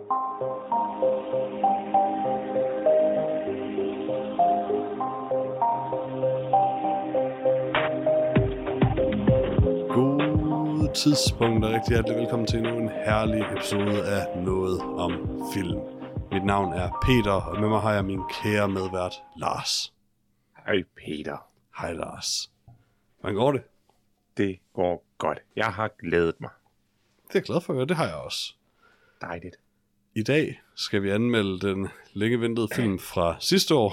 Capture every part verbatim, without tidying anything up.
God tidspunkt og rigtig hjertelig velkommen til endnu en herlig episode af Noget om Film. Mit navn er Peter, og med mig har jeg min kære medvært, Lars. Hej Peter. Hej Lars. Hvordan går det? Det går godt. Jeg har glædet mig. Det er jeg glad for at høre, det har jeg også. Dejligt. I dag skal vi anmelde den længe ventede film fra sidste år.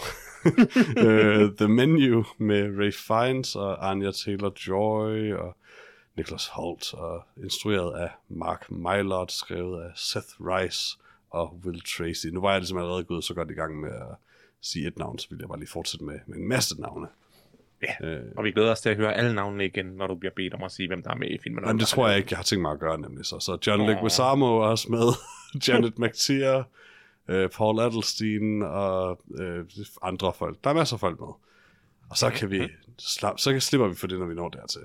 uh, The Menu med Ralph Fiennes og Anya Taylor-Joy og Nicholas Hoult, og instrueret af Mark Mylod, skrevet af Seth Rice og Will Tracy. Nu var jeg ligesom allerede gået så godt i gang med at sige et navn, så vil jeg bare lige fortsætte med, med en masse navne. Ja, øh, og vi glæder os til at høre alle navnene igen, når du bliver bedt om at sige, hvem der er med i filmen. Men det tror jeg ikke, jeg har tænkt mig at gøre nemlig så. Så John Leguizamo er også med, Janet McTeer, øh, Paul Adelstein og øh, andre folk. Der er masser af folk med. Og så kan vi slappe, så kan slipper vi for det, når vi når dertil.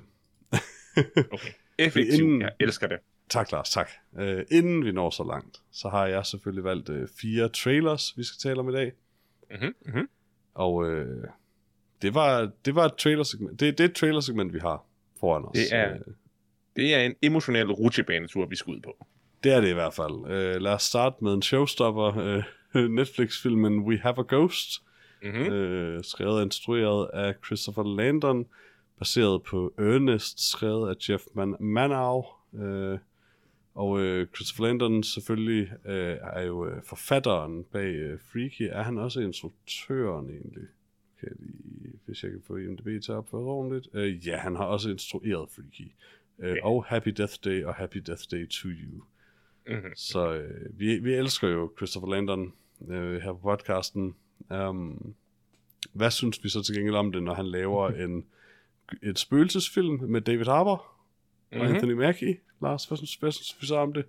Okay, effektivt. Inden, jeg elsker det. Tak Lars, tak. Uh, inden vi når så langt, så har jeg selvfølgelig valgt uh, fire trailers, vi skal tale om i dag. Mm-hmm, mm-hmm. Og uh, det var det var et trailersegment. Det, det er et trailersegment, vi har foran os. Det er, uh, det er en emotionel rutsjebanetur, vi skal ud på. Det er det i hvert fald. Uh, lad os starte med en showstopper. Uh, Netflix-filmen We Have a Ghost. Mm-hmm. Uh, skrevet og instrueret af Christopher Landon. Baseret på Ernest, skrevet af Jeff Man- Manow. Uh, Og øh, Christopher Landon selvfølgelig øh, er jo øh, forfatteren bag øh, Freaky. Er han også instruktøren egentlig? Kan jeg lige, hvis jeg kan få I M D B til at opføre ordentligt. Øh, ja, han har også instrueret Freaky. Øh, yeah. Og Happy Death Day og Happy Death Day to You. Mm-hmm. Så øh, vi, vi elsker jo Christopher Landon øh, her på podcasten. Um, hvad synes vi så til gengæld om det, når han laver en, et spøgelsesfilm med David Harbour mm-hmm. og Anthony Mackie? Lars, hvad synes, hvad synes vi så om det?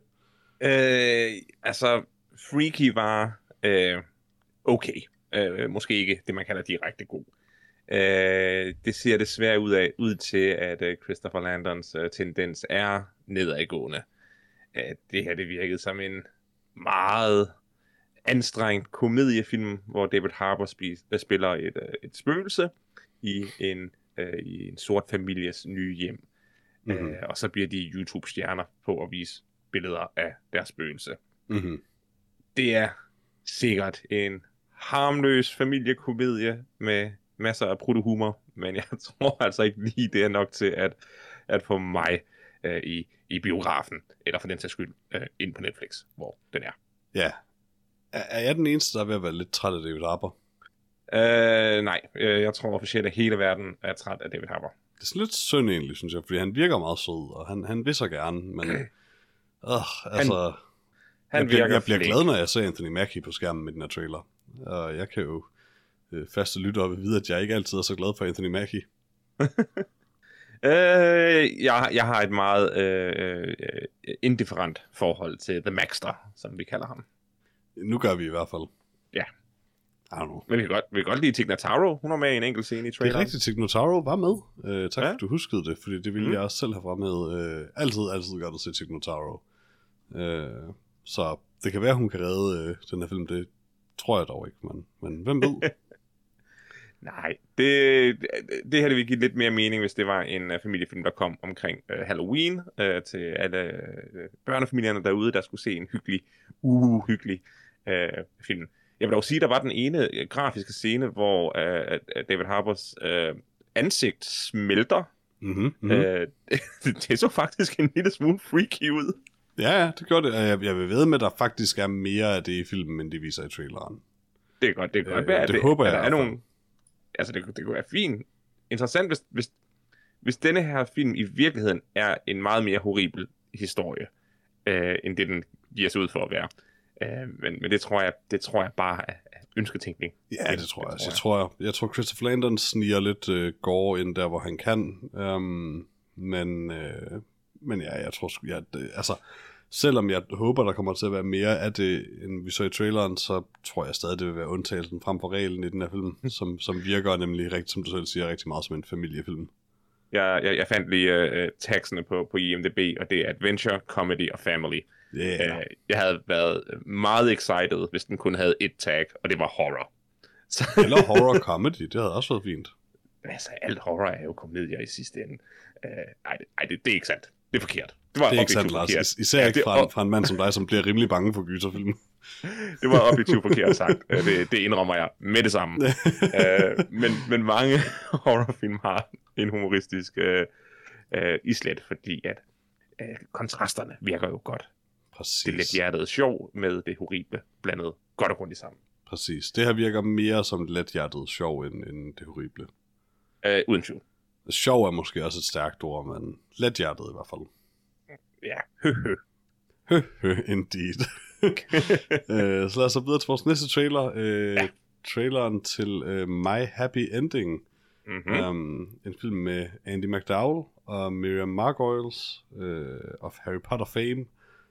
Øh, altså, Freaky var øh, okay. Øh, måske ikke det, man kalder direkte god. Øh, det ser desværre ud, af, ud til, at uh, Christopher Landons uh, tendens er nedadgående. Uh, det her, det virkede som en meget anstrengt komediefilm, hvor David Harbour sp- spiller et, uh, et spøgelse i en, uh, i en sort families nye hjem. Mm-hmm. Uh, og så bliver de YouTube-stjerner på at vise billeder af deres spøgelse. Mm-hmm. Det er sikkert en harmløs familiekomedie med masser af prutehumor, men jeg tror altså ikke lige, det er nok til at, at få mig uh, i, i biografen, eller for den sags skyld, uh, ind på Netflix, hvor den er. Ja. Er, er jeg den eneste, der er ved at være lidt træt af David Harbour? Uh, nej, uh, jeg tror officielt, at hele verden er træt af David Harbour. Det er sådan lidt synd egentlig, synes jeg, fordi han virker meget sød, og han, han vil så gerne, men øh, altså, han, han jeg, bliver, jeg bliver glad, når jeg ser Anthony Mackie på skærmen med den her trailer, og jeg kan jo øh, faste lytte op og vide, at jeg ikke altid er så glad for Anthony Mackie. øh, jeg, jeg har et meget øh, øh, indifferent forhold til The Maxter, som vi kalder ham. Nu gør vi i hvert fald. Ja. Men vi kan godt, vi kan godt lide Tig Notaro. Hun er med i en enkelt scene i traileren. Det er rigtigt, Tig Notaro var med. Uh, tak, ja. Du huskede det, fordi det ville mm. jeg også selv have fremhævet. Uh, altid, altid godt at se Tig Notaro. Uh, så det kan være, hun kan redde uh, den her film. Det tror jeg dog ikke, men, men hvem ved? Nej, det, det her det ville give lidt mere mening, hvis det var en uh, familiefilm, der kom omkring uh, Halloween uh, til alle uh, børnefamilierne derude, der skulle se en hyggelig, uhyggelig uh, film. Jeg vil dog sige, at der var den ene grafiske scene, hvor uh, David Harbours uh, ansigt smelter. Mm-hmm, mm-hmm. Uh, det, det så faktisk en lille smule freaky ud. Ja, ja, det gjorde det. Jeg, jeg vil ved med, at der faktisk er mere af det i filmen, end de viser i traileren. Det er godt, det kan godt være. Det, det håber jeg. Der er nogle, altså, det, det kunne være fint. Interessant, hvis, hvis, hvis denne her film i virkeligheden er en meget mere horribel historie, uh, end det den giver sig ud for at være. Uh, men, men det tror jeg, det tror jeg bare er ønsketænkning. Ja, det, det tror jeg. Det tror jeg. Jeg tror, jeg tror Christopher Landon sniger lidt uh, gore ind der, hvor han kan. Um, men, uh, men ja, jeg tror sgu, jeg, det, altså, selvom jeg håber, der kommer til at være mere af det, end vi så i traileren, så tror jeg stadig, det vil være undtagelsen frem for reglen i den her film, som, som virker nemlig, rigtig, som du selv siger, rigtig meget som en familiefilm. Jeg, jeg, jeg fandt lige uh, tagsene på, på I M D B, og det er Adventure, Comedy og Family. Yeah. Øh, jeg havde været meget excited, hvis den kun havde et tag, og det var horror. Så... Eller horror comedy, det havde også været fint. Altså, alt horror er jo komedier i sidste ende. Uh, ej, ej det, det er ikke sandt. Det er forkert. Det var det er ikke sandt, Lars. Is- især ja, ikke fra, det, en, fra en mand som dig, som bliver rimelig bange for gyserfilm. Det var objektivt forkert sagt. Det, det indrømmer jeg med det samme. uh, men, men mange horrorfilm har en humoristisk uh, uh, islet, fordi at uh, kontrasterne virker jo godt. Præcis. Det let hjertede sjov med det horrible blandet godt og grundigt sammen. Præcis. Det her virker mere som let hjertet sjov end, end det horrible. Uh, uden tvivl. Sjov er måske også et stærkt ord, men let hjertet i hvert fald. Ja, høhø. Høhø, indeed. uh, så lad os så videre til vores næste trailer. Uh, ja. Traileren til uh, My Happy Ending. Mm-hmm. Um, en film med Andy McDowell og Miriam Margolyes uh, of Harry Potter fame.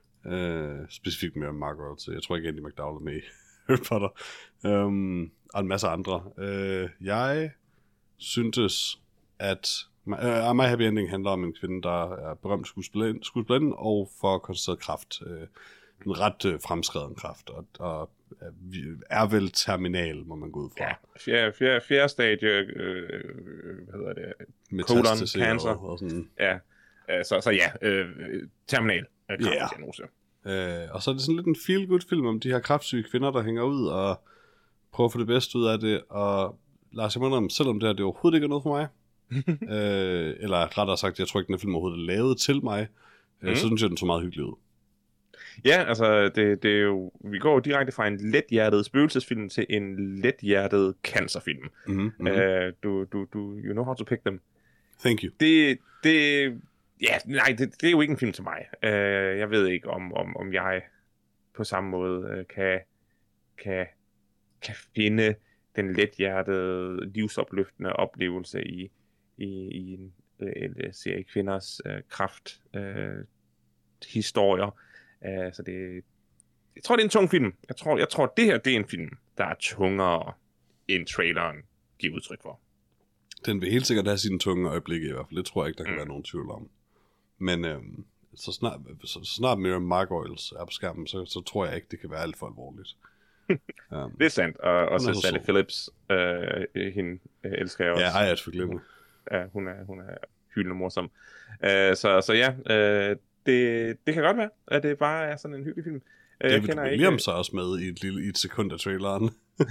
Uh, specifikt Miriam Margolyes, så jeg tror ikke Andy McDowell er med i Harry Potter. Um, og en masse andre. Uh, jeg syntes, at uh, My Happy Ending handler om en kvinde, der er berømt skuespillerinde og får konstateret kræft. Uh, en ret uh, fremskreden kræft, og, og uh, er vel terminal, må man gå ud fra. Ja, fjerde, fjerde, fjerde stadie, øh, hvad hedder det, colon cancer. Og sådan. Ja, øh, så, så ja, øh, terminal øh, kræftdiagnose. Yeah. Uh, og så er det sådan lidt en feel-good film om de her kræftsyge kvinder, der hænger ud og prøver at få det bedste ud af det, og Lars, jeg må indrømme, selvom det her det overhovedet ikke er noget for mig, øh, eller rettere sagt, jeg tror ikke, den film overhovedet er lavet til mig, øh, mm. så synes jeg, den så meget hyggelig ud. Ja, altså, det, det er jo, vi går jo direkte fra en lethjertet spøgelsesfilm til en lethjertet cancerfilm. Mm-hmm. Uh, du, du, du, you know how to pick them. Thank you. Det, det, ja, nej, det, det er jo ikke en film til mig. Uh, jeg ved ikke, om, om, om jeg på samme måde uh, kan, kan, kan finde den lethjertede, livsopløftende oplevelse i, i, i en, en serie kvinders uh, kraft uh, historier. Uh, så det, jeg tror, det er en tung film. Jeg tror, jeg tror, det her det er en film, der er tungere, end traileren giver udtryk for. Den vil helt sikkert have sine tunge øjeblikke i hvert fald. Det tror jeg ikke, der kan mm. være nogen tvivl om. Men øhm, så snart, så, så snart Miriam Margolyes er på skærmen, så, så tror jeg ikke, det kan være alt for alvorligt. um, det er sandt. Og, og så Sally så. Phillips, øh, hende øh, elsker jeg også. Ja, ej, jeg er forglemme. Ja, hun er, hun er hyldende morsom. Uh, så, så ja, uh, det, det kan godt være, at det bare er sådan en hyggelig film. Uh, David Williams ikke... er også med i et, lille, i et sekund af traileren.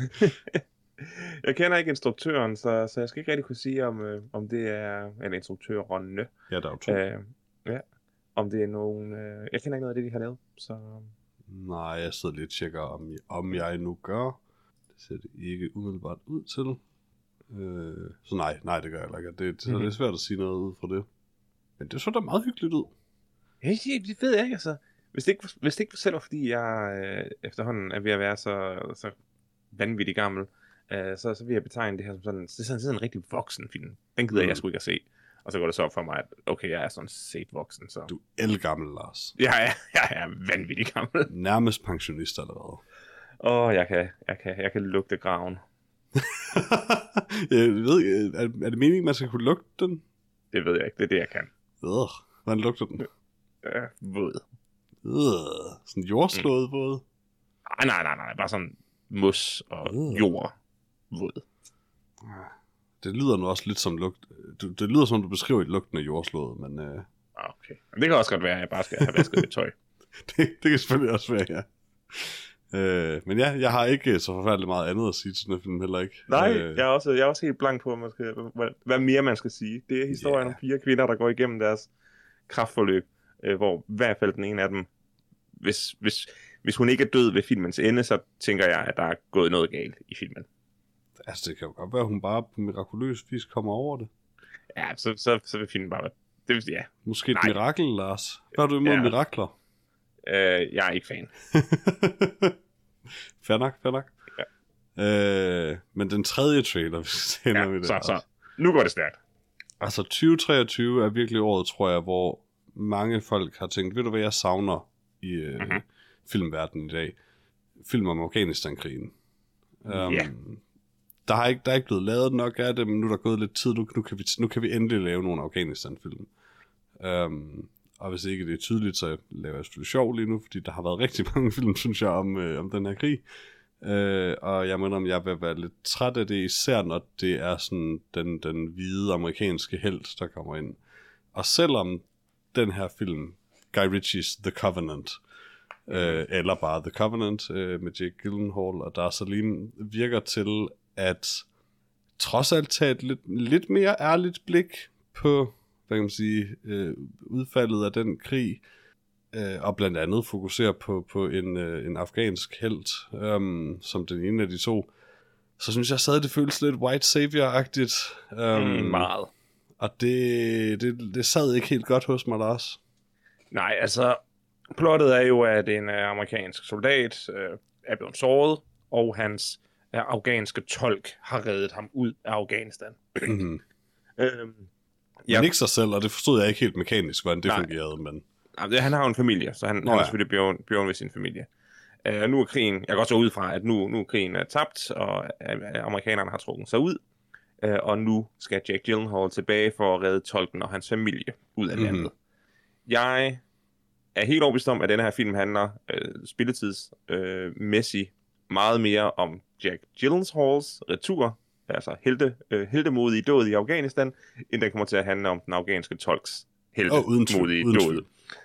Jeg kender ikke instruktøren, så, så jeg skal ikke rigtig kunne sige, om, øh, om det er en instruktørerne. Ja, der er jo to. Uh, ja, om det er nogen... Uh, jeg kender ikke noget af det, de har lavet, så... Nej, jeg sidder lidt og tjekker, om, om jeg nu gør. Det ser det ikke umiddelbart ud til. Uh, så nej, nej, det gør jeg ikke. Det, det, mm-hmm. det er svært at sige noget ud fra det. Men det så da meget hyggeligt ud. Ja, det ved jeg ikke, altså. Hvis det ikke, hvis det ikke selv var, fordi jeg øh, efterhånden er ved at være så, så vanvittig gammel, øh, så, så vil jeg betegne det her som sådan, det er sådan, sådan en rigtig voksen film. Den gider mm. jeg sgu ikke at se. Og så går det så op for mig, at okay, jeg er sådan set voksen. Så. Du er elgammel, Lars. Jeg er, jeg er vanvittig gammel. Nærmest pensionist allerede. Åh, oh, jeg kan, jeg kan, jeg kan lugte graven. Jeg ved, er, er det meningen, man skal kunne lugte den? Det ved jeg ikke, det er det, jeg kan. Øh, hvordan lugter den? Ja, våd. Øh, sådan jordslået mm. våd? Nej, nej, nej, nej, bare sådan mos og øh. jord våd. Det lyder nu også lidt som lugt. Det, det lyder som, du beskriver et lugten af jordslået, men... Øh... Okay, men det kan også godt være, at jeg bare skal have vasket mit tøj. det, det kan selvfølgelig også være, ja. Øh, men ja, jeg har ikke så forfærdeligt meget andet at sige til den film heller ikke. Nej, øh, jeg, er også, jeg er også helt blank på, man skal, hvad, hvad mere man skal sige. Det er historien yeah. om fire kvinder, der går igennem deres kraftforløb, øh, hvor i hvert fald den ene af dem, hvis, hvis, hvis hun ikke er død ved filmens ende, så tænker jeg, at der er gået noget galt i filmen. Altså, det kan jo godt være, at hun bare på mirakuløs vis kommer over det. Ja, så, så, så vil filmen bare være... Det vil, ja. Måske et Nej. mirakel, Lars. Hvad er du imod ja. mirakler? Øh, jeg er ikke fan. Fair nok, fair nok. Ja. Øh, men den tredje trailer, vi sender ja, med det. Så, så. Nu går det stærkt. Altså, tyve treogtyve er virkelig året, tror jeg, hvor mange folk har tænkt, ved du hvad jeg savner i øh, mm-hmm. filmverdenen i dag? Film om Afghanistan-krigen. Um, yeah. Der har ikke, der er ikke blevet lavet nok af det, men nu er der gået lidt tid, nu, nu, kan, vi, nu kan vi endelig lave nogle Afghanistan-film. Um, og hvis ikke det er tydeligt, så laver jeg selvfølgelig sjov lige nu, fordi der har været rigtig mange film, synes jeg, om, øh, om den her krig. Øh, og jeg mener, om jeg vil være lidt træt af det, især når det er sådan den, den hvide amerikanske helt, der kommer ind. Og selvom den her film, Guy Ritchie's The Covenant, øh, eller bare The Covenant øh, med Jake Gyllenhaal og Dar Salim, virker til at trods alt tage et lidt, lidt mere ærligt blik på, hvad kan man sige, øh, udfaldet af den krig, øh, og blandt andet fokusere på, på en, øh, en afghansk helt, øh, som den ene af de to, så synes jeg stadig, det føles lidt white savior-agtigt. Øh, mm, meget. Og det, det, det sad ikke helt godt hos mig, Lars. Nej, altså, plottet er jo, at en uh, amerikansk soldat uh, er blevet såret, og hans uh, afghanske tolk har reddet ham ud af Afghanistan. Mm-hmm. øhm, Ja. Men ikke sig selv, og det forstod jeg ikke helt mekanisk, hvordan det Nej. fungerede. Men... Nej, han har jo en familie, så han, Nå, han er selvfølgelig bjørn, bjørn ved sin familie. Uh, nu er krigen, jeg kan godt så ud fra, at nu, nu er krigen er tabt, og uh, amerikanerne har trukket sig ud, uh, og nu skal Jake Gyllenhaal tilbage for at redde tolken og hans familie ud af landet. Mm-hmm. Jeg er helt overbevist om, at denne her film handler uh, spilletidsmæssigt uh, meget mere om Jake Gyllenhaals retur, altså helte, øh, heltemodige død i Afghanistan, end den kommer til at handle om den afghanske tolks heltemodige oh, død.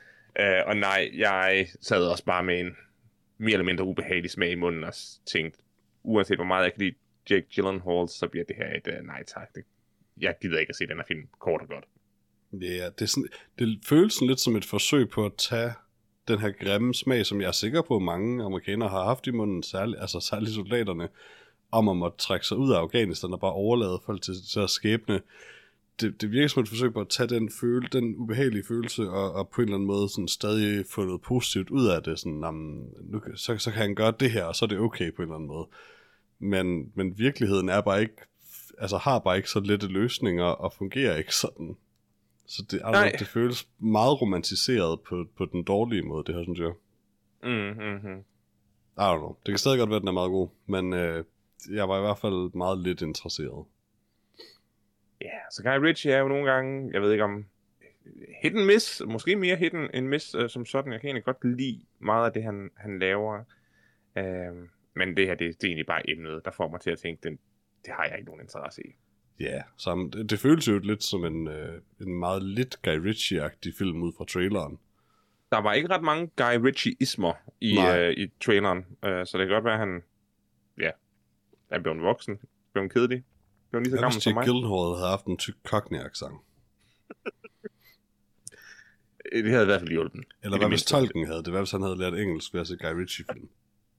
Uh, og nej, jeg sad også bare med en mere eller mindre ubehagelig smag i munden og tænkte, uanset hvor meget jeg kan lide Jake Gyllenhaal, så bliver det her et uh, nej tak. Det, jeg gider ikke at se den her film kort og godt. Ja, yeah, det, er sådan, det føles sådan lidt som et forsøg på at tage den her grimme smag, som jeg er sikker på, mange amerikanere har haft i munden, særligt, altså særligt soldaterne, om at måtte trække sig ud af Afghanistan og bare overlade folk til, til at skæbne. Det, det virker som et forsøg på at tage den, føle, den ubehagelige følelse og, og på en eller anden måde sådan stadig få noget positivt ud af det. Sådan, jamen, nu, så, så kan han gøre det her, og så er det okay på en eller anden måde. Men, men virkeligheden er bare ikke, altså har bare ikke så lette løsninger og fungerer ikke sådan. Så det, altså, det føles meget romantiseret på, på den dårlige måde, det her, synes jeg. Mm-hmm. I don't know. Det kan stadig godt være, at den er meget god, men øh, jeg var i hvert fald meget lidt interesseret. Ja, yeah, så Guy Ritchie er jo nogle gange, jeg ved ikke om hit and miss, måske mere hit and miss uh, som sådan. Jeg kan egentlig godt lide meget af det, han, han laver. Uh, men det her, det, det er egentlig bare emnet, der får mig til at tænke, den, det har jeg ikke nogen interesse i. Ja, yeah, det, det føles jo lidt som en, øh, en meget lidt Guy Ritchie-agtig film ud fra traileren. Der var ikke ret mange Guy Ritchie-ismer i, uh, i traileren, uh, så det kan godt være, at han ja, er blevet voksen, blevet kedelig, blevet lige så gammel som mig. Jeg vidste, at Gyllenhaal havde haft en tyk Cockney-accent. Det havde i hvert fald hjulpet. Eller hvad hvis tolken havde det? Hvad hvis han havde lært engelsk ved at se Guy Ritchie-film?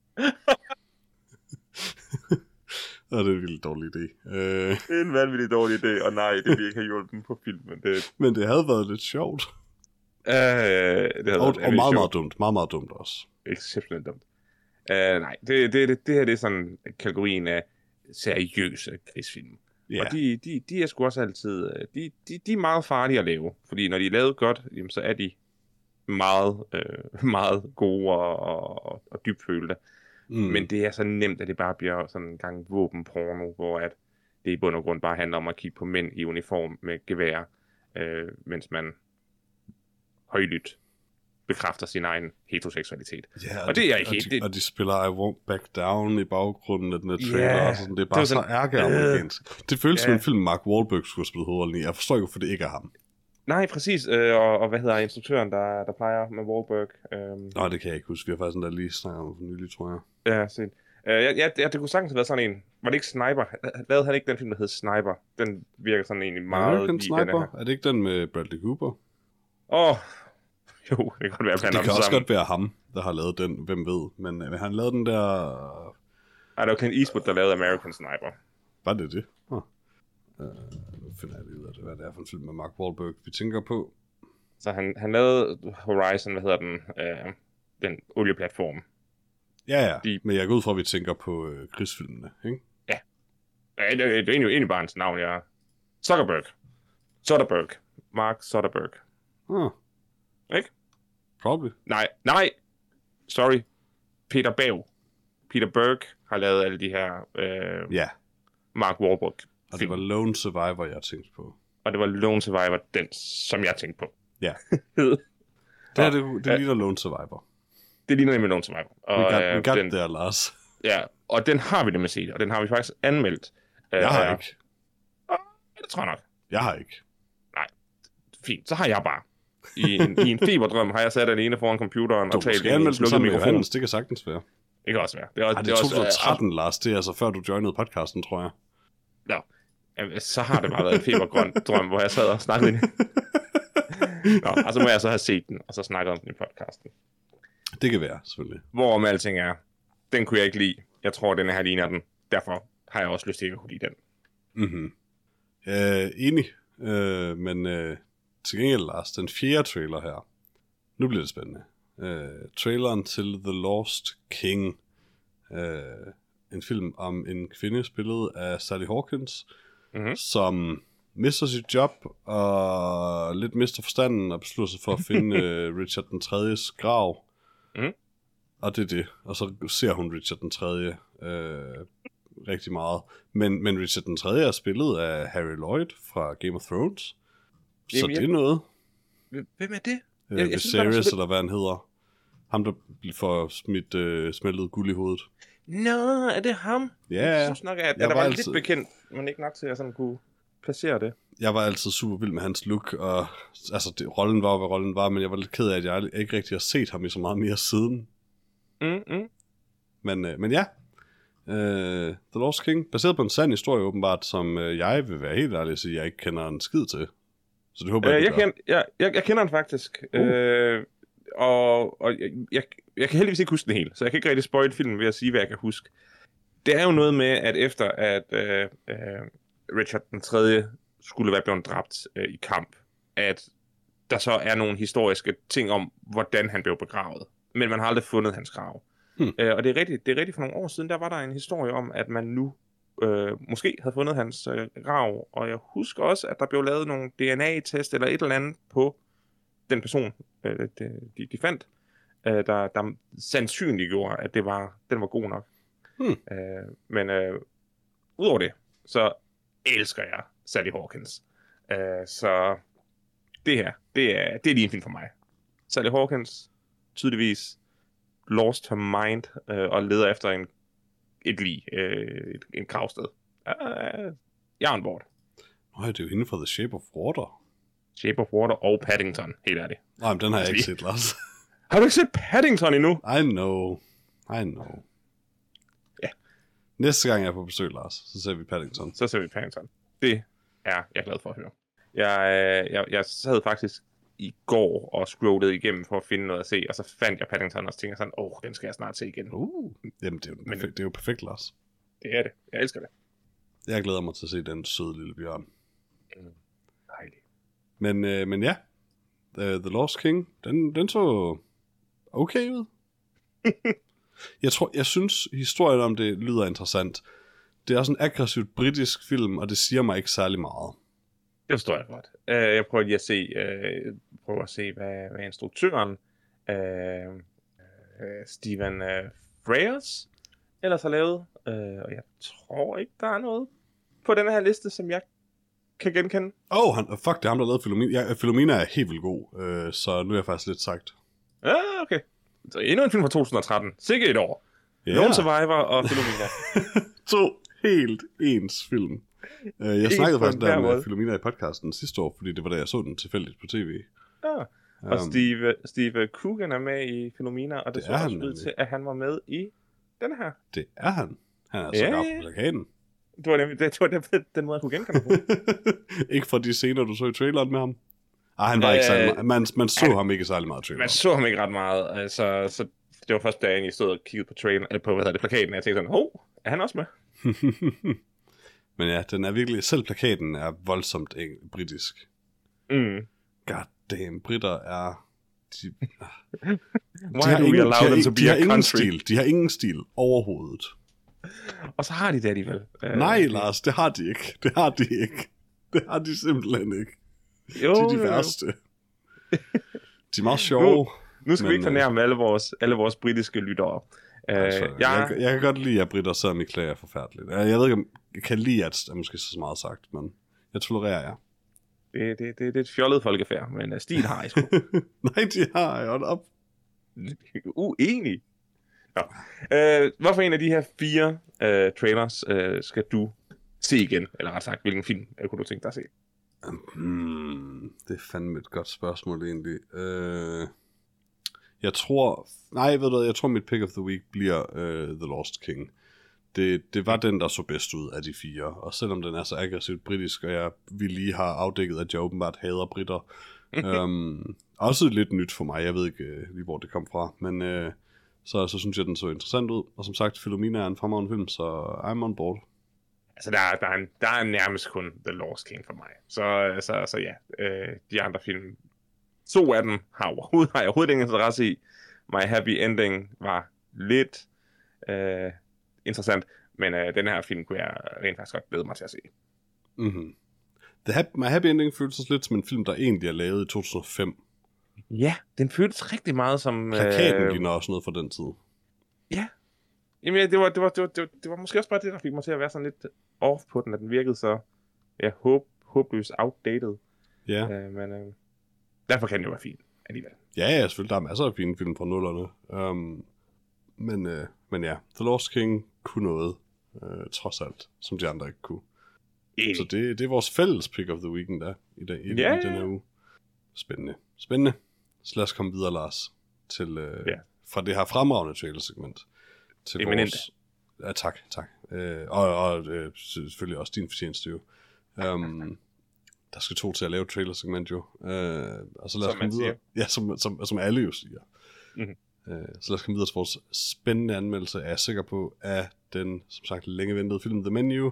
Og det er en vildt dårlig idé. Øh... Det er en vanvittig dårlig idé, og nej, det ville ikke have hjulpet på filmen. Det... Men det havde været lidt sjovt. Uh, det havde og, været og meget, sjovt. meget dumt. Meget, meget dumt også. Exceptionelt dumt. Uh, nej, det, det, det, det her det er sådan kategorien af seriøse krigsfilm. Yeah. Og de, de, de er sgu også altid, de, de, de er meget farlige at lave. Fordi når de er lavet godt, jamen, så er de meget, øh, meget gode og, og, og dybfølte. Mm. Men det er så nemt, at det bare bliver sådan en gang våbenporno, hvor at det i bund og grund bare handler om at kigge på mænd i uniform med gevær, øh, mens man højlydt bekræfter sin egen heteroseksualitet. Ja, og, og det de, er ikke og helt... De, det... Og de spiller I Won't Back Down i baggrunden af den her trailer, yeah, og sådan. Det er bare det så ærgerligt. Øh, det føles yeah. som en film, Mark Wahlberg skulle spille hovedrollen i. Jeg forstår ikke, hvorfor det ikke er ham. Nej, præcis. Øh, og, og hvad hedder instruktøren, der, der plejer med Wahlberg? Øhm... Nej, det kan jeg ikke huske. Vi har faktisk endda lige snakket om for nylig, tror jeg. Ja, set. Øh, ja, ja, det, det kunne sagtens have været sådan en. Var det ikke Sniper? Lavede han ikke den film, der hed Sniper? Den virker sådan egentlig meget... American Sniper? Er det ikke den med Bradley Cooper? Åh, oh, jo, det kan godt være, at han det kan også sammen. godt være ham, der har lavet den, hvem ved. Men øh, han lavede den der... Ej, det var Clint Eastwood, der lavede American Sniper. Var det det? Huh. Uh, nu finder jeg lige ud af det, hvad det er for en film med Mark Wahlberg, vi tænker på. Så han, han lavede Horizon, hvad hedder den, øh, den olieplatform. Ja, ja, De... men jeg går ud fra, at vi tænker på øh, krigsfilmene, ikke? Ja. ja det, det, det er egentlig, egentlig bare hans navn, jeg... Zuckerberg. Soderbergh. Mark Soderbergh. Huh. Ikke? Probably. Nej, nej! Sorry. Peter Berg. Peter Berg har lavet alle de her øh, ja. Mark Wahlberg. Og det var Lone Survivor, jeg tænkte på. Og det var Lone Survivor, den, som jeg tænkte på. Ja. Det, her, det, det ligner Lone Survivor. Det ligner nemlig Lone Survivor. Og, we got, we got den, there, Lars. Ja, og den har vi nemlig set, og den har vi faktisk anmeldt. Jeg har uh, ikke. Uh, det tror jeg nok. Jeg har ikke. Nej, fint. Så har jeg bare. I en, i en feberdrøm har jeg sat alene foran computeren du og talt skal anmelde den sammen med mikrofon. Johannes, det kan sagtens være. Det kan også være. Det er, Ej, det er det er to tusind og tretten, også, Lars. Det er altså før du joinede podcasten, tror jeg. Ja, jamen, så har det bare været en febergrøn drøm, hvor jeg sad og snakkede ind. Nå, og så må jeg så have set den, og så snakke om den i podcasten. Det kan være, selvfølgelig. Hvorom alting er, den kunne jeg ikke lide. Jeg tror, den her ligner den. Derfor har jeg også lyst til at kunne lide den. Mhm. Øh, enig. Øh, men øh, til gengæld, Lars, den fjerde trailer her. Nu bliver det spændende. Øh, traileren til The Lost King. Øh, en film om en kvinde spillet af Sally Hawkins, mm-hmm. som mister sit job og lidt mister forstanden og beslutter sig for at finde uh, Richard den tredjes grav. Mm. Og det er det. Og så ser hun Richard den tredje øh, rigtig meget. Men, men Richard den tredje er spillet af Harry Lloyd fra Game of Thrones. Jamen, så det er noget. Hvem er det? Øh, jeg, jeg Viserys, synes, eller hvad han hedder. Ham, der får smidt øh, smeltet guld i hovedet. Nå, er det ham? Ja. Yeah. Jeg synes nok, at, at der var, var altid... lidt bekendt, men ikke nok til, at jeg sådan kunne placere det. Jeg var altid super vild med hans look, og altså, det, rollen var, hvad rollen var, men jeg var lidt ked af, at jeg ikke rigtig har set ham i så meget mere siden. Mm, mm. Men, øh, men ja, øh, The Lost King, baseret på en sand historie åbenbart, som øh, jeg vil være helt ærlig at sige, jeg ikke kender en skid til. Så det håber øh, jeg, jeg, kend, jeg, jeg, jeg kender den faktisk, uh. øh, og, og jeg, jeg, jeg kan heldigvis ikke huske den helt, så jeg kan ikke rigtig spoil filmen ved at sige, hvad jeg kan huske. Det er jo noget med, at efter at øh, øh, Richard den tredje skulle være blevet dræbt øh, i kamp, at der så er nogle historiske ting om, hvordan han blev begravet. Men man har aldrig fundet hans grav. Hmm. Øh, og det er, rigtigt, det er rigtigt, for nogle år siden, der var der en historie om, at man nu øh, måske havde fundet hans øh, grav. Og jeg husker også, at der blev lavet nogle D N A-test eller et eller andet på den person, øh, de, de fandt, øh, der, der sandsynliggjorde, at det var, den var god nok. Hmm. Øh, men øh, udover det, så elsker jeg Sally Hawkins. Øh, så det her, det er, det er lige en film for mig. Sally Hawkins, tydeligvis lost her mind, øh, og leder efter en, et lig, øh, et, en gravsted. Øh, jeg er on board. Nå, det er jo inden for The Shape of Water. Shape of Water og Paddington, helt ærligt. Nej, men den har jeg ikke set, Lars. Har du ikke set Paddington endnu? I know. I know. Ja. Næste gang jeg er på besøg, Lars, så ser vi Paddington. Så ser vi Paddington. Det er jeg glad for at høre. Jeg, jeg, jeg sad faktisk i går og scrollede igennem for at finde noget at se, og så fandt jeg Paddington og tænkte sådan, åh, oh, den skal jeg snart se igen. Uh, jamen, det er, jo perfekt, Men, det er jo perfekt, Lars. Det er det. Jeg elsker det. Jeg glæder mig til at se den søde lille bjørn. Mm. Dejligt. Men, øh, men ja, uh, The Lost King, den, den så okay ud. jeg tror, jeg synes, historien om det lyder interessant. Det er også en aggressivt britisk film, og det siger mig ikke særlig meget. Det forstår jeg godt. Uh, jeg prøver lige at se, uh, prøver at se hvad, hvad instruktøren, uh, uh, Stephen uh, Frears, ellers har lavet. Uh, og jeg tror ikke, der er noget på den her liste, som jeg kan genkende. Åh, oh, fuck, det er ham, der lavede Philomena. Ja, Philomena er helt vildt god, uh, så nu er jeg faktisk lidt sagt. Ja, uh, okay. Så endnu en film fra to tusind og tretten. Sikke et år. Yeah. Lone Survivor og Philomena. To helt ens film. Uh, jeg Ikke snakkede faktisk der med Philomena i podcasten sidste år, fordi det var da jeg så den tilfældigt på tv. Ja, og um, Steve, Steve Coogan er med i Philomena, og det, det så også ud til, at han var med i den her. Det er han. Han er altså ja, på plakaten. Det var, det, det var den, den måde, jeg kunne genkende på. Ikke fra de scener, du så i traileren med ham? Ej, han var øh, ikke særlig meget. Man, man så han, ham ikke særlig meget i traileren. Man så ham ikke ret meget. Altså, så det var først, da jeg egentlig stod og kiggede på, traileren, eller på hvad hedder det, plakaten, og jeg tænkte sådan, hov, er han også med? Men ja, den er virkelig, selv plakaten er voldsomt eng- britisk. Mm. God damn, britter er... De, de Why do we allow them to be a country? Stil. De har ingen stil overhovedet. Og så har de det alligevel. Nej, uh, Lars, det har de ikke. Det har de ikke. Det har de simpelthen ikke. Jo, de er de værste. De er meget sjove. Nu, nu skal men, vi ikke fornærme alle vores, alle vores britiske lyttere. Altså, uh, jeg, jeg, jeg kan godt lide, at britter sidder med klager forfærdeligt. Jeg ved ikke, om jeg kan lide, at det er måske så meget sagt, men jeg tolererer jer. Det, det, det, det er et fjollet folkefærd, men uh, stil har I sgu. Nej, de har jeg op. Uenig. Nå. Uh, hvorfor en af de her fire uh, trailers uh, skal du se igen? Eller ret sagt, hvilken film uh, kunne du tænke dig at se? Hmm, det er fandme et godt spørgsmål egentlig. Uh, jeg tror... Nej, ved du, jeg tror mit pick of the week bliver uh, The Lost King. Det, det var den, der så bedst ud af de fire. Og selvom den er så aggressivt britisk, og jeg vi lige har afdækket, at jeg åbenbart hader britter. um, også lidt nyt for mig. Jeg ved ikke uh, lige, hvor det kom fra. Men uh, så, så synes jeg, den så interessant ud. Og som sagt, Philomena er en fremragende film, så I'm on board. Altså, der, der, er, en, der er nærmest kun The Lost King for mig. Så, så, så ja, øh, de andre film, to af dem har, overhovedet, har jeg overhovedet ingen interesse i. My Happy Ending var lidt øh, interessant, men øh, den her film kunne jeg rent faktisk godt glæde mig til at se. Mm-hmm. The ha- My Happy Ending føltes lidt som en film, der egentlig er lavet i to tusind og fem. Ja, den føltes rigtig meget som... Plakaten øh, ligner også noget fra den tid. Ja. Jamen, ja, det, var, det, var, det, var, det, var, det var måske også bare det, der fik mig til at være sådan lidt off på den, at den virkede så ja, håb, håbløst outdated. Ja. Øh, men øh, derfor kan den jo være fin alligevel. Ja, ja, selvfølgelig. Der er masser af fine film fra nullerne. Um, men, uh, men ja, The Lost King kunne noget, uh, trods alt, som de andre ikke kunne. Enig. Så det, det er vores fælles pick of the weekend der, i, dag, i, ja, i den her uge. Spændende. Spændende. Så lad os komme videre, Lars, til, uh, ja. fra det her fremragende trailer-segment. Til Eminente. vores... Ja, tak, tak. Uh, og og uh, selvfølgelig også din fortjeneste jo. Um, Der skal to til at lave et trailer-segment jo. Øh, og så lad os komme videre. Ja, som, som, som alle jo siger. Mm-hmm. Øh, så lad os komme videre til vores spændende anmeldelse, er jeg sikker på, af den, som sagt, længe ventede film The Menu.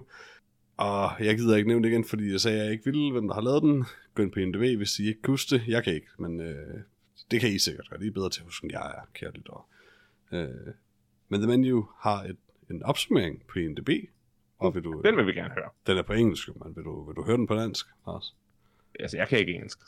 Og jeg gider ikke nævne det igen, fordi jeg sagde, at jeg ikke ville, hvem der har lavet den. Gå ind på I M D B, hvis I ikke kan huske det. Jeg kan ikke, men øh, det kan I sikkert gøre. I er bedre til at huske, end jeg er, kære lyttere. Øh, men The Menu har et, en opsummering på I M D B. Og vil du, den vil vi gerne høre. Den er på engelsk, men vil du, vil du høre den på dansk, Lars? Altså, jeg kan ikke engelsk,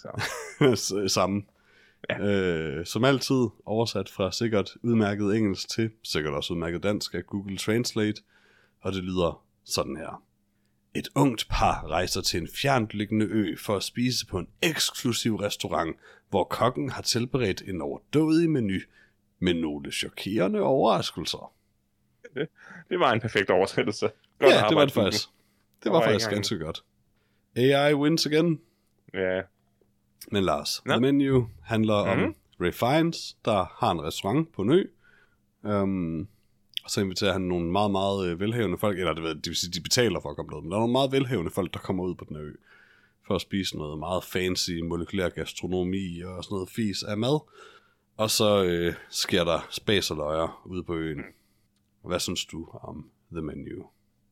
så. Samme. Ja. Øh, som altid oversat fra sikkert udmærket engelsk til sikkert også udmærket dansk af Google Translate. Og det lyder sådan her. Et ungt par rejser til en fjerntliggende ø for at spise på en eksklusiv restaurant, hvor kokken har tilberedt en overdådig menu med nogle chokerende overraskelser. Det, det var en perfekt oversættelse. Godt ja, det var det faktisk. Det var faktisk ganske godt. A I wins again. Ja. Men Lars, no. The Menu handler mm-hmm. om Ray Fiennes, der har en restaurant på en ø. Um, og så inviterer han nogle meget, meget velhavende folk, eller det vil, det vil sige, de betaler for at komme med, men der er nogle meget velhavende folk, der kommer ud på den ø, for at spise noget meget fancy molekylær gastronomi og sådan noget fis af mad. Og så øh, sker der spas og løjer ude på øen. Hvad synes du om The Menu?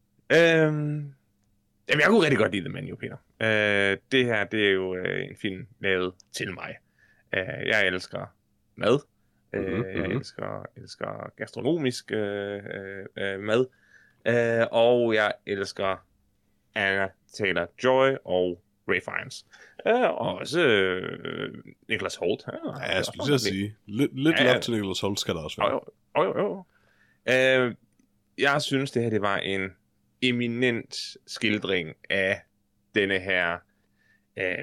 Øhm, jamen, jeg kunne rigtig godt lide The Menu, Peter. Øh, det her, det er jo øh, en film lavet til mig. Øh, jeg elsker mad. Mm-hmm, øh, jeg mm-hmm. elsker, elsker gastronomisk øh, øh, mad. Øh, og jeg elsker Anna Taylor-Joy og Ray Fiennes. Øh, og også øh, Nicholas Hoult. Ja, ja, jeg skulle til at sige. Lidt, lidt ja, love til Nicholas Hoult skal der også være. Jo, jo, jo. Øh, jeg synes, det her det var en eminent skildring af denne her øh,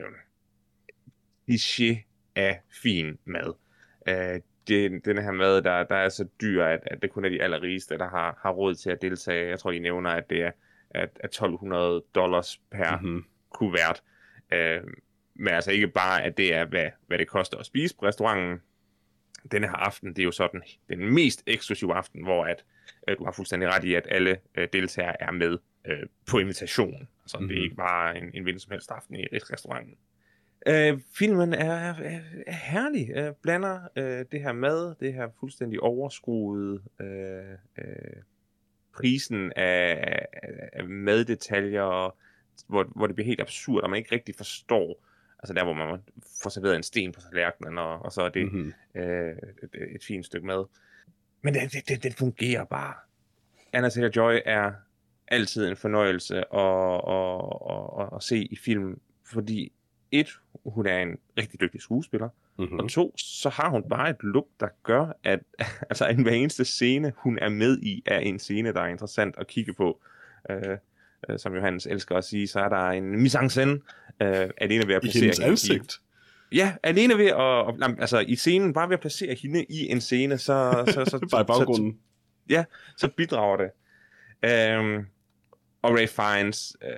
kliché af fin mad. Øh, den, denne her mad, der, der er så dyr, at, at det kun er de allerrigeste, der har, har råd til at deltage. Jeg tror, I nævner, at det er at, at tolv hundrede dollars per mm-hmm. kuvert. Øh, men altså ikke bare, at det er, hvad, hvad det koster at spise på restauranten. Denne her aften, det er jo sådan den mest eksklusive aften, hvor at, øh, du har fuldstændig ret i, at alle øh, deltagere er med øh, på invitation. Altså mm-hmm. det er ikke bare en, en hvilken som helst aften i restauranten. Øh, filmen er, er, er herlig. Øh, blander øh, det her mad, det her fuldstændig overskruede øh, øh, prisen af, af maddetaljer, hvor, hvor det bliver helt absurd, og man ikke rigtig forstår. Altså der, hvor man får serveret en sten på tallerkenen, og, og så er det mm-hmm. øh, et, et fint stykke mad. Men det, det, det, det fungerer bare. Anna Taylor-Joy er altid en fornøjelse at, at, at, at se i film, fordi et, hun er en rigtig dygtig skuespiller, mm-hmm. og to, så har hun bare et look, der gør, at altså, en hver eneste scene, hun er med i, er en scene, der er interessant at kigge på. Øh, øh, som Johannes elsker at sige, så er der en mise en scène, øh, alene ved at placere I hendes ansigt? I, ja, alene ved at, at, altså i scenen, bare ved at placere hende i en scene, så... så, så bare i baggrunden. Så, ja, så bidrager det. Øhm, og Ray Fiennes øh,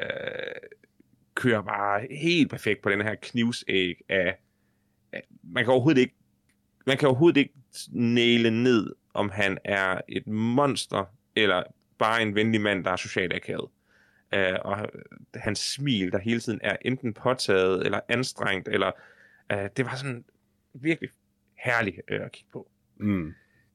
kører bare helt perfekt på den her knivsæg af, af man kan overhovedet ikke man kan overhovedet ikke næle ned, om han er et monster eller bare en venlig mand, der er socialt akavet. Øh, og hans smil, der hele tiden er enten påtaget eller anstrengt, eller øh, det var sådan virkelig herligt øh, at kigge på. Mm.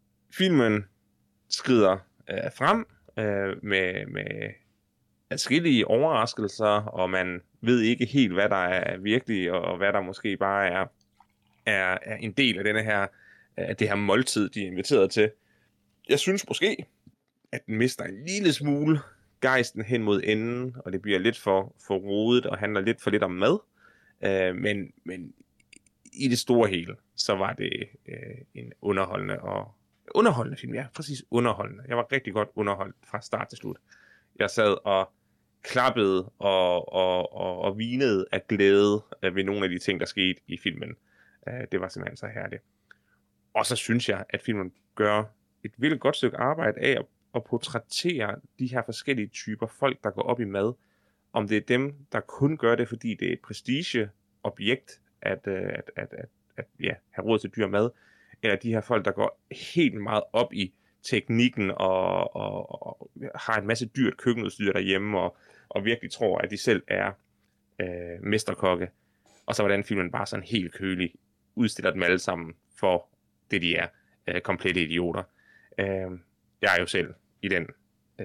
Filmen skrider øh, frem øh, med, med adskillige overraskelser, og man ved ikke helt, hvad der er virkelig, og hvad der måske bare er, er, er en del af denne her, af det her måltid, de er inviteret til. Jeg synes måske, at den mister en lille smule gejsten hen mod enden, og det bliver lidt for, for rodet, og handler lidt for lidt om mad. Øh, men, men i det store hele, så var det øh, en underholdende og underholdende film, ja, præcis underholdende. Jeg var rigtig godt underholdt fra start til slut. Jeg sad og klappede og, og, og, og vinede af glæde ved nogle af de ting, der skete i filmen. Det var simpelthen så herligt. Og så synes jeg, at filmen gør et vildt godt stykke arbejde af at, at portrættere de her forskellige typer folk, der går op i mad. Om det er dem, der kun gør det, fordi det er et prestigeobjekt at, at, at, at, at ja, have råd til dyr mad, eller de her folk, der går helt meget op i teknikken og, og, og har en masse dyrt køkkenudstyr derhjemme, og, og virkelig tror, at de selv er øh, mesterkokke. Og så hvordan filmen bare sådan helt kølig udstiller dem alle sammen for det, de er, øh, komplette idioter. Øh, jeg er jo selv i den, øh,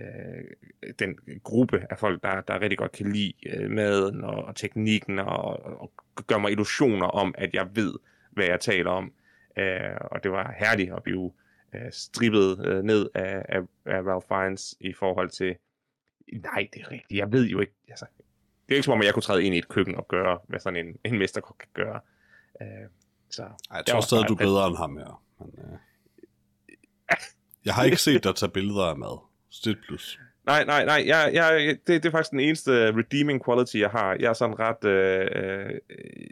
den gruppe af folk, der, der rigtig godt kan lide øh, maden og, og teknikken, og, og gør mig illusioner om, at jeg ved, hvad jeg taler om. Øh, og det var herligt at blive øh, strippet øh, ned af, af, af Ralph Fiennes i forhold til, nej, det er rigtigt, jeg ved jo ikke, altså, det er ikke som om, at jeg kunne træde ind i et køkken og gøre, hvad sådan en, en mesterkok kan gøre. Øh, så, Ej, jeg tror stadig, du er bedre end ham her. Men, øh, jeg har ikke set dig tage billeder af mad. Så det er et plus. Nej, nej, nej. Jeg, jeg, det, det er faktisk den eneste redeeming quality, jeg har. Jeg er sådan ret øh, øh,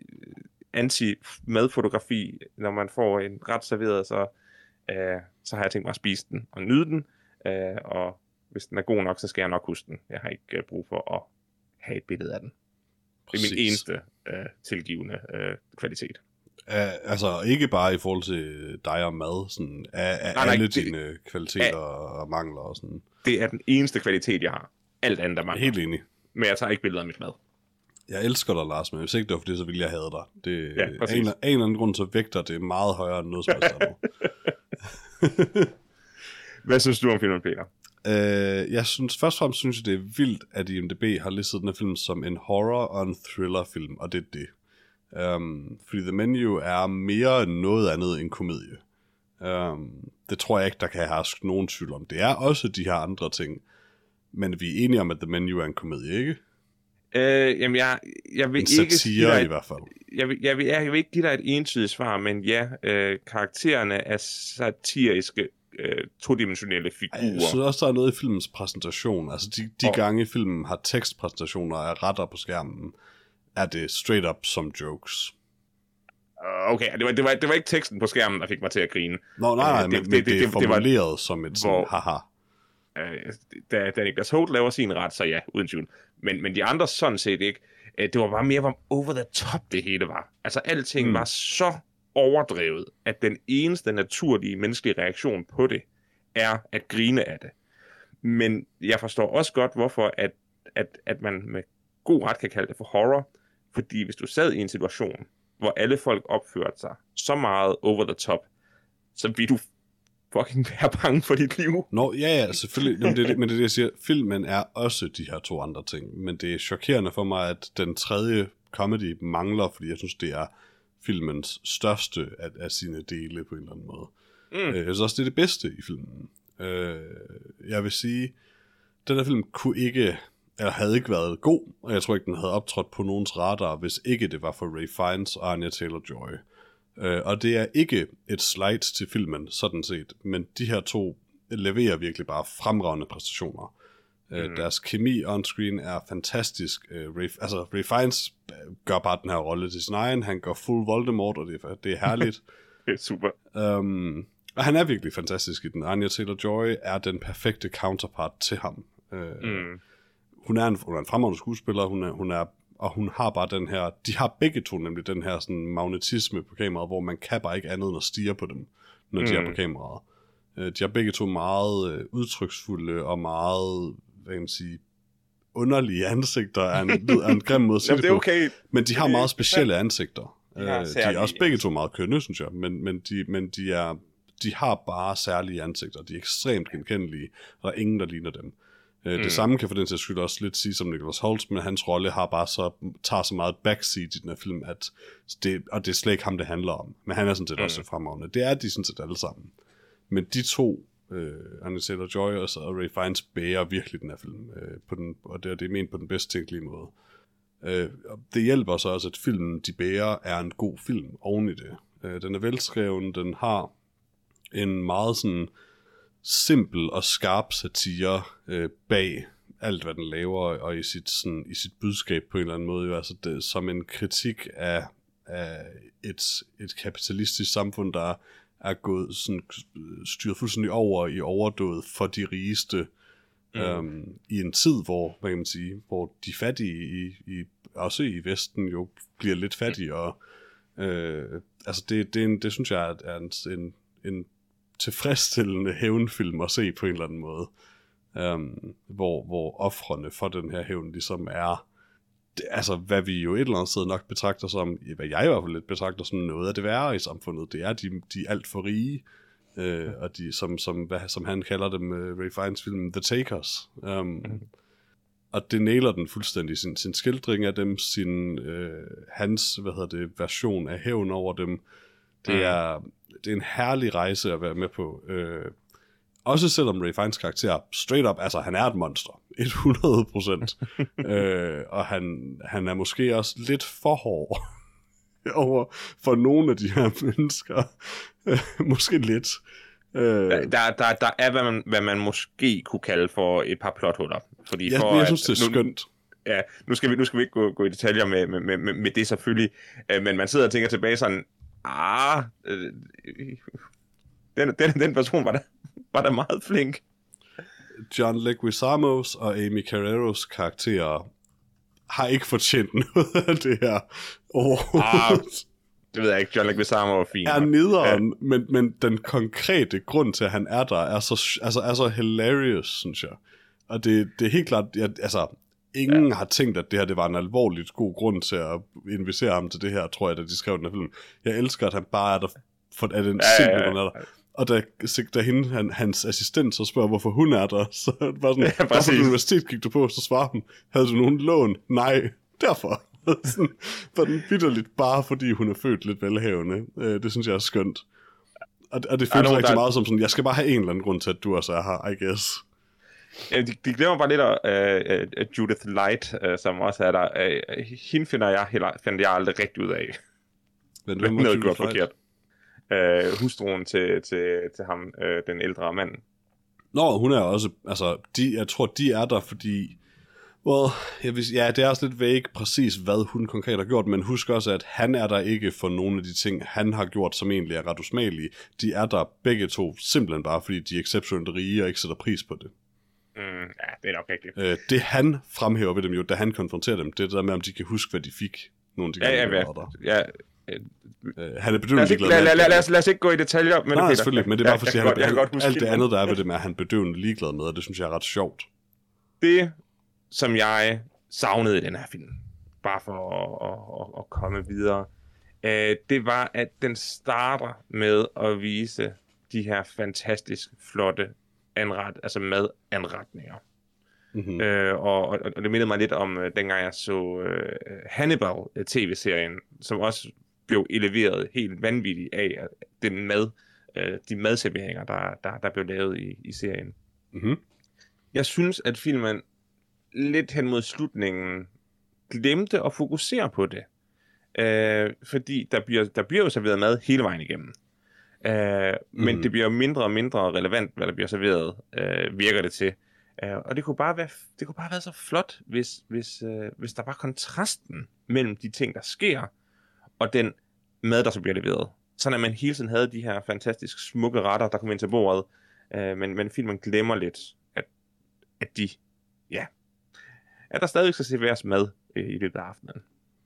anti-madfotografi. Når man får en ret serveret, så, øh, så har jeg tænkt mig at spise den og nyde den. Øh, og hvis den er god nok, så skal jeg nok huske den. Jeg har ikke øh, brug for at have et billede af den. Præcis. Det er min eneste øh, tilgivende øh, kvalitet. Uh, altså ikke bare i forhold til dig og mad, sådan, af, af nej, alle nej, dine det, kvaliteter af, og mangler og sådan. Det er den eneste kvalitet, jeg har. Alt andet er mangler. Helt enig. Men jeg tager ikke billeder af mit mad. Jeg elsker dig, Lars, men hvis ikke det var fordi, så ville jeg have dig. Det, ja, af, en, af en eller anden grund, så vægter det meget højere end noget, som jeg Hvad synes du om filmen, Peter? Uh, jeg synes, først og fremmest synes jeg, det er vildt, at I M D B har listet den her film som en horror- og en thriller-film, og det er det. Um, fordi The Menu er mere end noget andet end komedie. Um, det tror jeg ikke, der kan herske nogen tvivl om. Det er også de her andre ting. Men vi er enige om, at The Menu er en komedie, ikke? Øh, jamen, jeg, jeg vil en ikke satire dig, i hvert fald. Jeg vil, jeg, vil, jeg vil ikke give dig et entydigt svar, men ja, øh, karaktererne er satiriske, øh, todimensionelle figurer. Jeg synes også, der er noget i filmens præsentation. Altså, de, de oh. gange filmen har tekstpræsentationer af retter på skærmen, er det straight up som jokes. Okay, det var, det, var, det var ikke teksten på skærmen, der fik mig til at grine. Nå, nej, nej, det, men det, det, det, det er formuleret det var, som et sådan, hvor, haha. Øh, da, da Niklas Holt laver sin ret, så ja, uden tvivl. Men, men de andre sådan set ikke. Det var bare mere, hvor over the top det hele var. Altså, alting mm. var så overdrevet, at den eneste naturlige menneskelige reaktion på det, er at grine af det. Men jeg forstår også godt, hvorfor at, at, at man med god ret kan kalde det for horror, fordi hvis du sad i en situation, hvor alle folk opførte sig så meget over the top, så vil du fucking være bange for dit liv. Nå, ja, ja, selvfølgelig. Men det, men det er det, jeg siger. Filmen er også de her to andre ting. Men det er chokerende for mig, at den tredje comedy mangler, fordi jeg synes, det er filmens største af, af sine dele på en eller anden måde. Mm. Jeg synes også, det er det bedste i filmen. Jeg vil sige, den her film kunne ikke... eller havde ikke været god, og jeg tror ikke, den havde optrådt på nogens radar, hvis ikke det var for Ray Fiennes og Anya Taylor-Joy. Uh, og det er ikke et slide til filmen, sådan set, men de her to leverer virkelig bare fremragende præstationer. Mm. Deres kemi on-screen er fantastisk. Uh, Ray, altså, Ray Fiennes gør bare den her rolle til sin egen. Han går fuld Voldemort, og det er, det er herligt. Det er super. Um, og han er virkelig fantastisk i den. Anya Taylor-Joy er den perfekte counterpart til ham. Uh, mm. hun, er en, hun er en fremragende skuespiller, hun er, hun er, og hun har bare den her... De har begge to nemlig den her sådan, magnetisme på kameraet, hvor man kan bare ikke andet end at stirre på dem, når mm. de er på kameraet. Uh, de har begge to meget uh, udtryksfulde og meget... hvad kan man sige, underlige ansigter er en, er en grim måde at sige det på. Okay. Men de har meget specielle ansigter. Ja, uh, de er også begge to meget kønne, synes jeg, men, men, de, men de, er, de har bare særlige ansigter. De er ekstremt genkendelige, og der er ingen, der ligner dem. Uh, mm. Det samme kan for den sags skyld også lidt sige som Nicholas Hoult, men hans rolle har bare så, tager så meget backseat i den her film, at det, og det er slet ikke ham, det handler om. Men han er sådan set mm. også fremragende. Det er de sådan set alle sammen. Men de to Uh, Anya Taylor-Joy og, og Ray Fiennes bærer virkelig den her film, uh, på den, og det, det er ment på den bedst tænkelige måde. Uh, det hjælper så også, at filmen, de bærer, er en god film oven i det. Uh, den er velskreven, den har en meget sådan simpel og skarp satire uh, bag alt, hvad den laver, og i sit, sådan, i sit budskab på en eller anden måde, altså det, som en kritik af, af et, et kapitalistisk samfund, der er gået sådan, styret fuldstændig over i overdåd for de rigeste, mm. øhm, i en tid, hvor, hvad kan man sige, hvor de fattige, i, i, også i Vesten, jo bliver lidt fattige, og øh, altså det, det, er en, det synes jeg er en, en, en tilfredsstillende hævnfilm at se på en eller anden måde, øhm, hvor, hvor ofrene for den her hævn ligesom er, det, altså hvad vi jo et eller andet sted nok betragter som, hvad jeg i hvert fald lidt betragter som noget af det værre i samfundet, det er de, de alt for rige, øh, og de, som, som, hvad, som han kalder dem, uh, Ray Fiennes film, The Takers. Um, mm. Og det nailer den fuldstændig, sin, sin skildring af dem, sin, øh, hans, hvad hedder det, version af hævn over dem. Det, mm. er, det er en herlig rejse at være med på. Øh, Også selvom Ray Fiennes karakter straight up, altså han er et monster, hundrede procent. øh, og han, han er måske også lidt for hård over for nogle af de her mennesker. Måske lidt. Øh, der, der, der er, hvad man, hvad man måske kunne kalde for et par plothuller. Fordi ja, for, jeg synes, det er nu, skønt. Ja, nu skal vi, nu skal vi ikke gå, gå i detaljer med, med, med, med det selvfølgelig, men man sidder og tænker tilbage sådan, ah, øh, den, den, den person var der, var der meget flink. John Leguizamos og Amy Carreros karakterer har ikke fortjent noget af det her overhovedet. Ah, det ved jeg ikke, John Leguizamo er fin. Er nederen, ja. men, men den konkrete grund til, at han er der, er så, altså, er så hilarious, synes jeg. Og det, det er helt klart, jeg, altså, ingen ja. har tænkt, at det her det var en alvorligt god grund til at invitere ham til det her, tror jeg, da de skrev den her film. Jeg elsker, at han bare er der, for at den ja, simpelthen ja, ja. er der. Og da, da hende, han, hans assistent så spørger, hvorfor hun er der, så er det bare sådan, ja, hvorfor universitet gik du på, så svarer hun, havde du nogen lån? Nej, derfor. Sådan, for den bitterligt, bare fordi hun er født lidt velhavende. Øh, det synes jeg er skønt. Og, og det føles rigtig der... meget som sådan, jeg skal bare have en eller anden grund til, at du også er her, I guess. Ja, de, de glemmer bare lidt af uh, uh, Judith Light, uh, som også er der. Uh, hende finder jeg, heller, finder jeg aldrig rigtig ud af. Men det var noget godt forkert. Uh, hustruen til, til, til ham, uh, den ældre mand. Nå, hun er også, altså, de, jeg tror, de er der, fordi, well, jeg vil, ja, det er også lidt vague præcis, hvad hun konkret har gjort, men husk også, at han er der ikke for nogle af de ting, han har gjort, som egentlig er ret usmagelige. De er der begge to, simpelthen bare, fordi de er exceptionelt rige og ikke sætter pris på det. Mm, ja, det er nok rigtigt. Øh, det han fremhæver ved dem jo, da han konfronterer dem, det er det der med, om de kan huske, hvad de fik. Nogle af de ja, ja, ja, ja. Øh, han er bedøvende ligeglad med lad, lad, lad, os, lad os ikke gå i detaljer. Men nej, selvfølgelig, men det er bare fordi, jeg, han, jeg, jeg, jeg alt det andet, der er ved det med, at han er bedøvende ligeglad med, og det synes jeg er ret sjovt. Det, som jeg savnede i den her film, bare for at, at, at, at komme videre, øh, det var, at den starter med at vise de her fantastisk flotte anret, altså madanretninger. Mm-hmm. Øh, og, og, og det mindede mig lidt om, uh, dengang jeg så uh, Hannibal-tv-serien, som også blev eleveret helt vanvittigt af uh, den mad, uh, de madserveringer, der, der, der blev lavet i, i serien. Mm-hmm. Jeg synes, at filmen lidt hen mod slutningen glemte at fokusere på det. Uh, fordi der bliver, der bliver jo serveret mad hele vejen igennem. Uh, men mm. det bliver mindre og mindre relevant, hvad der bliver serveret, uh, virker det til. Uh, og det kunne bare være, det kunne bare være så flot, hvis, hvis, uh, hvis der var kontrasten mellem de ting, der sker, og den mad, der så bliver leveret. Sådan at man hele tiden havde de her fantastisk smukke retter, der kom ind til bordet, uh, men, men filmen glemmer lidt, at, at de, ja, at der stadig skal serveres mad uh, i løbet af aftenen.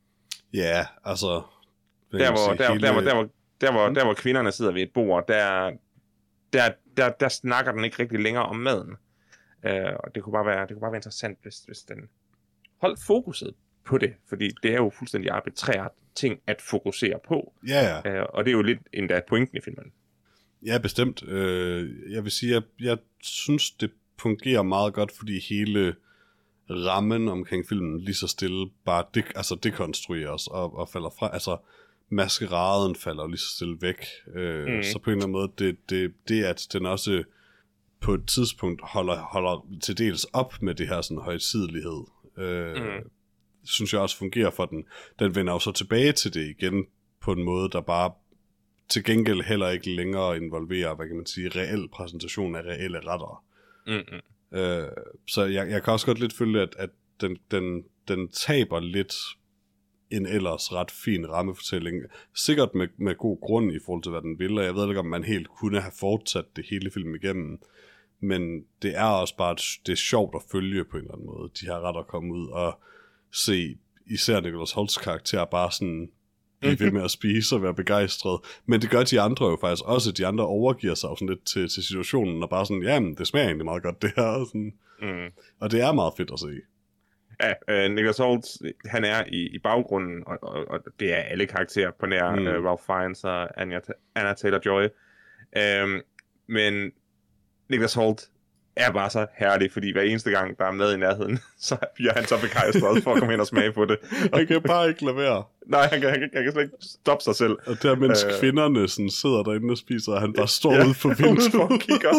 Ja, altså... Der hvor, der, hele... der, hvor, der, hvor, der, hvor, der hvor kvinderne sidder ved et bord, der, der, der, der snakker den ikke rigtig længere om maden. Uh, og det kunne bare være, det kunne bare være interessant, hvis, hvis den holdt fokuset på det, fordi det er jo fuldstændig arbitrært ting at fokusere på. Ja, ja. Uh, og det er jo lidt endda pointen i filmen. Ja, bestemt. Uh, jeg vil sige, at jeg, jeg synes, det fungerer meget godt, fordi hele rammen omkring filmen lige så stille bare de, altså dekonstrueres og, og falder fra. Altså, maskeraden falder lige så stille væk. Uh, mm. Så på en eller anden måde, det, det, det at den også på et tidspunkt holder, holder til dels op med det her sådan højtidelighed, øh, mm. synes jeg også fungerer for den. Den vender jo så tilbage til det igen på en måde, der bare til gengæld heller ikke længere involverer, hvad kan man sige, reel præsentation af reelle retter. Mm-hmm. Øh, så jeg, jeg kan også godt lidt føle, at, at den, den, den taber lidt en ellers ret fin rammefortælling. Sikkert med, med god grund i forhold til, hvad den vil, og jeg ved ikke, om man helt kunne have fortsat det hele film igennem. Men det er også bare, det er sjovt at følge på en eller anden måde, de her retter komme ud og se især Nicholas Holts karakter bare sådan blive ved med at spise og være begejstret. Men det gør de andre jo faktisk også. De andre overgiver sig jo sådan lidt til, til situationen og bare sådan, jamen, det smager egentlig meget godt det her. Og, sådan. Mm. Og det er meget fedt at se. Ja, uh, Nicholas Hoult, han er i, i baggrunden, og, og, og det er alle karakterer på nær mm. uh, Ralph Fiennes og Anya, Anna Taylor-Joy. Um, men Nicholas Hoult er bare så herlig, fordi hver eneste gang, der er mad i nærheden, så bliver han så begejstret for at komme hen og smage på det. Han kan bare ikke lade være. Nej, han kan, han kan, han kan slet ikke stoppe sig selv. Og der mens uh, kvinderne sådan sidder derinde og spiser, og han bare står ja, ude for vinduet og kigger.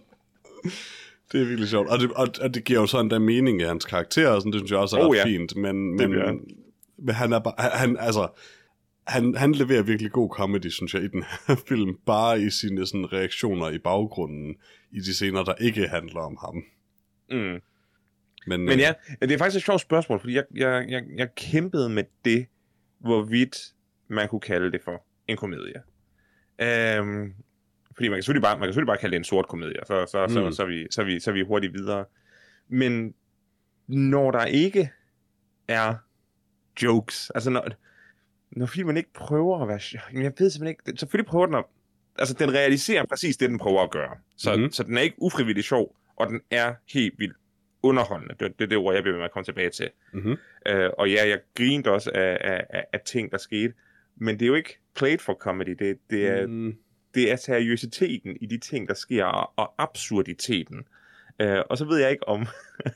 Det er virkelig sjovt. Og det, og, og det giver jo sådan der mening i hans karakter, og sådan, det synes jeg også er oh, ret ja. fint. Men, men, men han er bare, han, altså, han, han leverer virkelig god comedy, synes jeg, i den her film. Bare i sine sådan, reaktioner i baggrunden, i de scener, der ikke handler om ham. Mm. Men, men ja, det er faktisk et sjovt spørgsmål, fordi jeg, jeg, jeg, jeg kæmpede med det, hvorvidt man kunne kalde det for en komedie. Øhm... Fordi man kan selvfølgelig bare, man kan selvfølgelig bare kalde det en sort komedie, så, så, mm. så, så, så, er vi, så, er vi, så er vi hurtigt videre. Men når der ikke er jokes, altså når, når filmen ikke prøver at være sjov, jeg ved simpelthen ikke, selvfølgelig prøver den at, altså den realiserer præcis det, den prøver at gøre. Så, mm. så den er ikke ufrivilligt sjov, og den er helt vildt underholdende. Det, det er det ord, jeg bliver med at komme tilbage til. Mm-hmm. Uh, og ja, jeg grinede også af, af, af, af ting, der skete, men det er jo ikke played for comedy, det, det er... Mm. Det er seriøsiteten i de ting, der sker, og absurditeten. Uh, og så ved jeg ikke, om,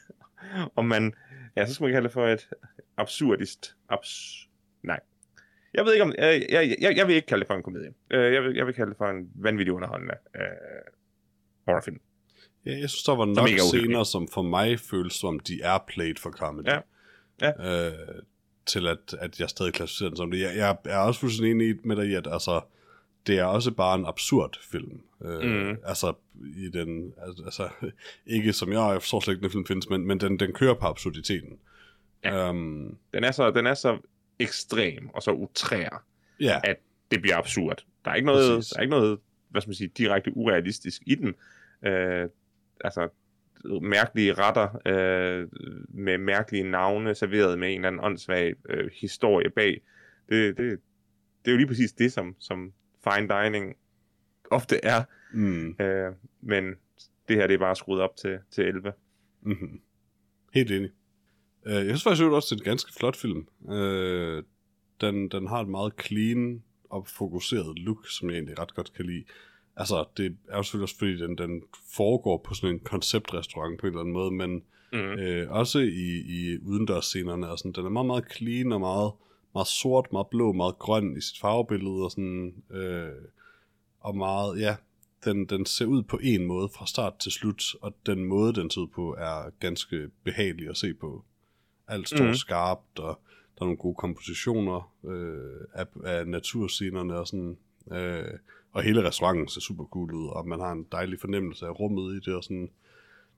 om man... Ja, så skal man kalde det for et absurdist... Abs... Nej. Jeg ved ikke, om... Jeg, jeg, jeg, jeg vil ikke kalde det for en komedie. Uh, jeg, vil, jeg vil kalde det for en vanvittig underholdende uh, horrorfilm. Ja, jeg synes, der var nok scener, som for mig føles som, de er played for comedy. Ja. Ja. Uh, til at, at jeg stadig klassificerer den som det. Jeg, jeg er også fuldstændig enig med dig i, at altså... Det er også bare en absurd film. Øh, mm. Altså, i den, altså, ikke som jeg, jeg forstår slet ikke, den film findes, men, men den, den kører på absurditeten. Ja. Um, den, er så, den er så ekstrem og så utrær, ja. at det bliver absurd. Der er ikke noget, der er ikke noget hvad skal man sige, direkte urealistisk i den. Øh, altså, mærkelige retter øh, med mærkelige navne serveret med en eller anden åndssvag øh, historie bag. Det, det, det er jo lige præcis det, som... som fine dining ofte er. Mm. Øh, men det her, det er bare skruet op til, til elleve. Mm-hmm. Helt enig. Uh, jeg synes faktisk også, det er en ganske flot film. Uh, den, den har et meget clean og fokuseret look, som jeg egentlig ret godt kan lide. Altså, det er jo selvfølgelig også, fordi den, den foregår på sådan en konceptrestaurant på en eller anden måde, men mm. uh, også i, i udendørsscenerne. Og sådan, den er meget, meget clean og meget... meget sort, meget blå, meget grøn i sit farvebillede, og sådan, øh, og meget, ja, den, den ser ud på en måde fra start til slut, og den måde, den ser ud på, er ganske behagelig at se på. Alt står mm. skarpt, og der er nogle gode kompositioner øh, af, af naturscenerne, og sådan, øh, og hele restauranten ser super cool ud, og man har en dejlig fornemmelse af rummet i det, og sådan,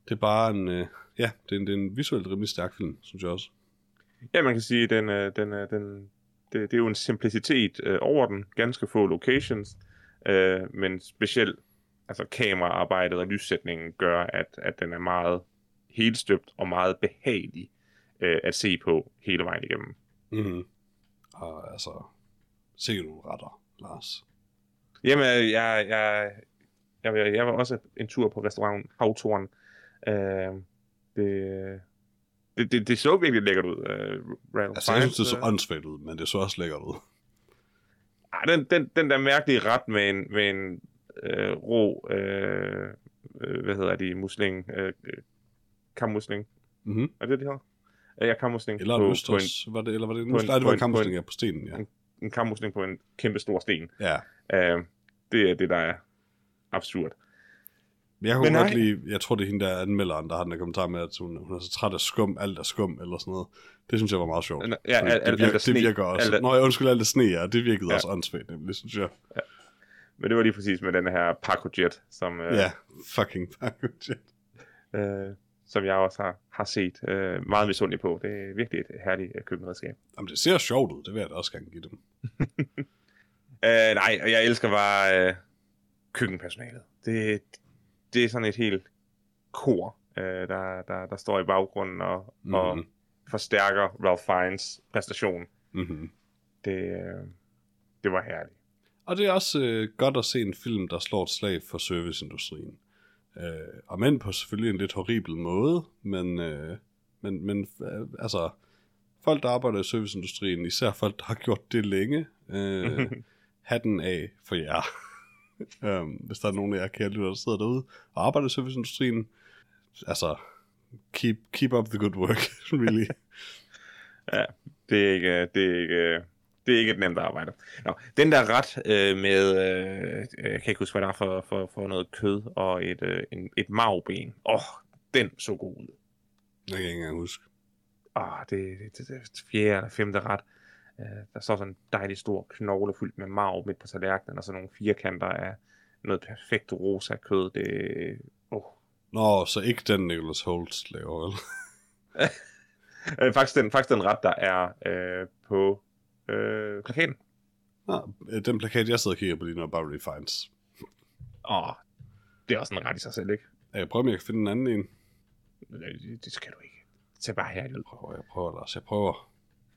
Det er bare en, øh, ja, det er en, det er en visuelt rimelig stærk film, synes jeg også. Ja, man kan sige, den, den, den, det, det er jo en simplicitet øh, over den. Ganske få locations, øh, men specielt altså kameraarbejdet og lyssætningen gør, at, at den er meget helstøbt og meget behagelig øh, at se på hele vejen igennem. Mm-hmm. Og altså, se nogle retter, Lars. Jamen, jeg, jeg, jeg, jeg, jeg var også en tur på restaurant Havtorn. Øh, det... Det, det, det så virkelig lækkert ud. Uh, altså, jeg synes, det så åndssvagt ud, men det så også lækkert ud. Ej, den, den, den der mærkelige ret med en, med en øh, rå, øh, hvad hedder de, musling, øh, kammusling. Mm-hmm. Er det det her? Ja, kammusling. Eller på, østers, på en, var det, eller var det, på en, nej, det var en kammusling, ja, på stenen, ja. En, en kammusling på en kæmpe stor sten. Ja. Uh, det er det, der er absurd. Men jeg kunne Men godt nej. lide, jeg tror det er hende der anmelderen, der har den der kommentar med, at hun, hun er så træt af skum, alt er skum, eller sådan noget. Det synes jeg var meget sjovt. Ja, alt, alt, det, virker, alt det virker også. Alt, Nå, jeg undskyld, alt er sne, ja, det virkede ja. også åndssvagt, nemlig, synes jeg. Ja. Men det var lige præcis med den her Pacojet, som... Øh, ja, fucking Pacojet. Øh, som jeg også har, har set øh, meget misundelig på. Det er virkelig et herligt øh, køkkenredskab. Jamen, det ser sjovt ud, det vil jeg da også gerne give dem. øh, nej, og jeg elsker bare øh, køkkenpersonalet. Det, det er sådan et helt kor, øh, der, der, der står i baggrunden og, mm-hmm. og forstærker Ralph Fiennes præstation. Mm-hmm. Det, øh, det var herligt. Og det er også øh, godt at se en film, der slår et slag for serviceindustrien. Øh, og men på selvfølgelig en lidt horribel måde, men, øh, men, men øh, altså, folk, der arbejder i serviceindustrien, især folk, der har gjort det længe, øh, hatten af for jer. um, hvis der er nogen af jer kære lytter, der sidder derude og arbejder i serviceindustrien, altså, keep, keep up the good work, really. Ja, det er ikke... Det er ikke Det er ikke et nemt arbejde. Nå, den der ret øh, med, øh, jeg kan ikke huske, hvad der er for, for, for noget kød og et, øh, en, et marvben. Åh, oh, den så god ud. Jeg kan ikke engang huske. Åh, oh, det, det, det, det fjerde eller femte ret. Uh, der står sådan en dejlig stor knogle fyldt med marv midt på tallerkenen, og så nogle firkanter af noget perfekt rosa kød. Det, oh. Nå, så ikke den Nicholas Hoult laver, vel? faktisk, den, faktisk den ret, der er øh, på Øh, plakaten. Ah, den plakat, jeg sidder og kigger på lige nu, er bare Ralph Fiennes. Åh, det er også en ret i sig selv, ikke? Jeg prøver, om jeg kan finde en anden en. Det, det skal du ikke. Det er bare herligt. Jeg prøver, jeg prøver, Lars, jeg prøver.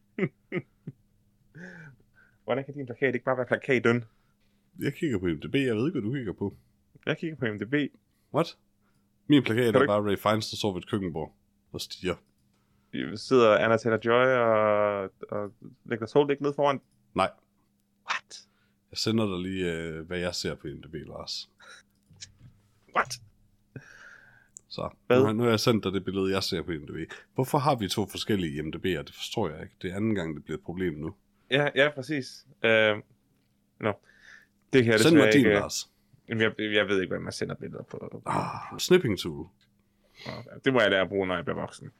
Hvordan kan din plakat ikke bare være plakaten? Jeg kigger på I M D B, jeg ved ikke, hvad du kigger på. Jeg kigger på I M D B. What? Min plakat er ikke... bare Ralph Fiennes, der sover ved et køkkenbord og stiger. Sidder Anna Taylor-Joy og, og Nicholas Hoult ikke ned foran? Nej. What? Jeg sender dig lige, øh, hvad jeg ser på I M D B, Lars. What? Så, nu har, nu har jeg sendt dig det billede, jeg ser på I M D B. Hvorfor har vi to forskellige I M D B'er? Det forstår jeg ikke. Det er anden gang, det bliver et problem nu. Ja, ja, præcis. Uh, no. Det kan jeg Send mig din, ikke... Lars. Jamen, jeg, jeg ved ikke, hvad man sender billeder på. Ah, snipping tool. Okay. Det må jeg lære at bruge, når jeg bliver voksen.